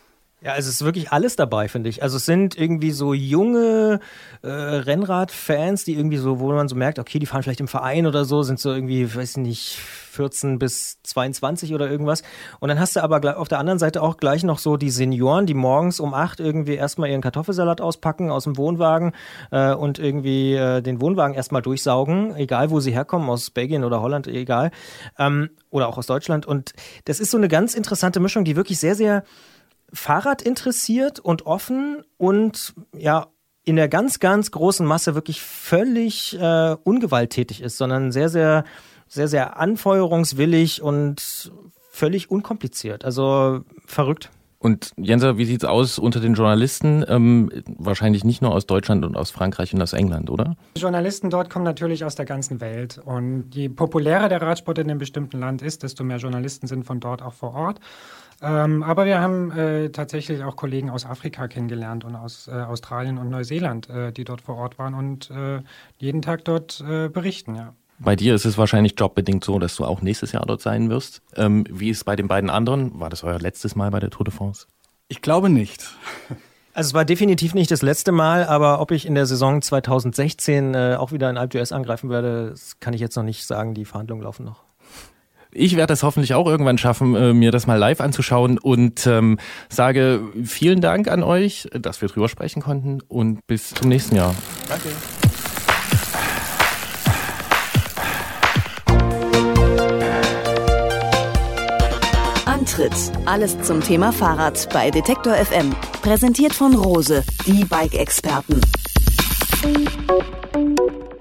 Ja, also es ist wirklich alles dabei, finde ich. Also es sind irgendwie so junge äh, Rennradfans, die irgendwie so, wo man so merkt, okay, die fahren vielleicht im Verein oder so, sind so irgendwie, weiß ich nicht, vierzehn bis zweiundzwanzig oder irgendwas. Und dann hast du aber auf der anderen Seite auch gleich noch so die Senioren, die morgens um acht irgendwie erstmal ihren Kartoffelsalat auspacken aus dem Wohnwagen äh, und irgendwie äh, den Wohnwagen erstmal durchsaugen, egal wo sie herkommen, aus Belgien oder Holland, egal. Ähm, oder auch aus Deutschland. Und das ist so eine ganz interessante Mischung, die wirklich sehr, sehr Fahrrad interessiert und offen und ja in der ganz, ganz großen Masse wirklich völlig äh, ungewalttätig ist, sondern sehr, sehr, sehr, sehr anfeuerungswillig und völlig unkompliziert. Also verrückt. Und Jenser, wie sieht's aus unter den Journalisten? Ähm, wahrscheinlich nicht nur aus Deutschland und aus Frankreich und aus England, oder? Die Journalisten dort kommen natürlich aus der ganzen Welt. Und je populärer der Radsport in einem bestimmten Land ist, desto mehr Journalisten sind von dort auch vor Ort. Ähm, aber wir haben äh, tatsächlich auch Kollegen aus Afrika kennengelernt und aus äh, Australien und Neuseeland, äh, die dort vor Ort waren und äh, jeden Tag dort äh, berichten, ja. Bei dir ist es wahrscheinlich jobbedingt so, dass du auch nächstes Jahr dort sein wirst. Ähm, wie ist es bei den beiden anderen? War das euer letztes Mal bei der Tour de France? Ich glaube nicht. Also es war definitiv nicht das letzte Mal, aber ob ich in der Saison zwanzig sechzehn äh, auch wieder in Alpe d'Huez angreifen werde, das kann ich jetzt noch nicht sagen. Die Verhandlungen laufen noch. Ich werde es hoffentlich auch irgendwann schaffen, äh, mir das mal live anzuschauen und ähm, sage vielen Dank an euch, dass wir drüber sprechen konnten und bis zum nächsten Jahr. Danke. Antritt. Alles zum Thema Fahrrad bei Detektor F M. Präsentiert von Rose, die Bike-Experten.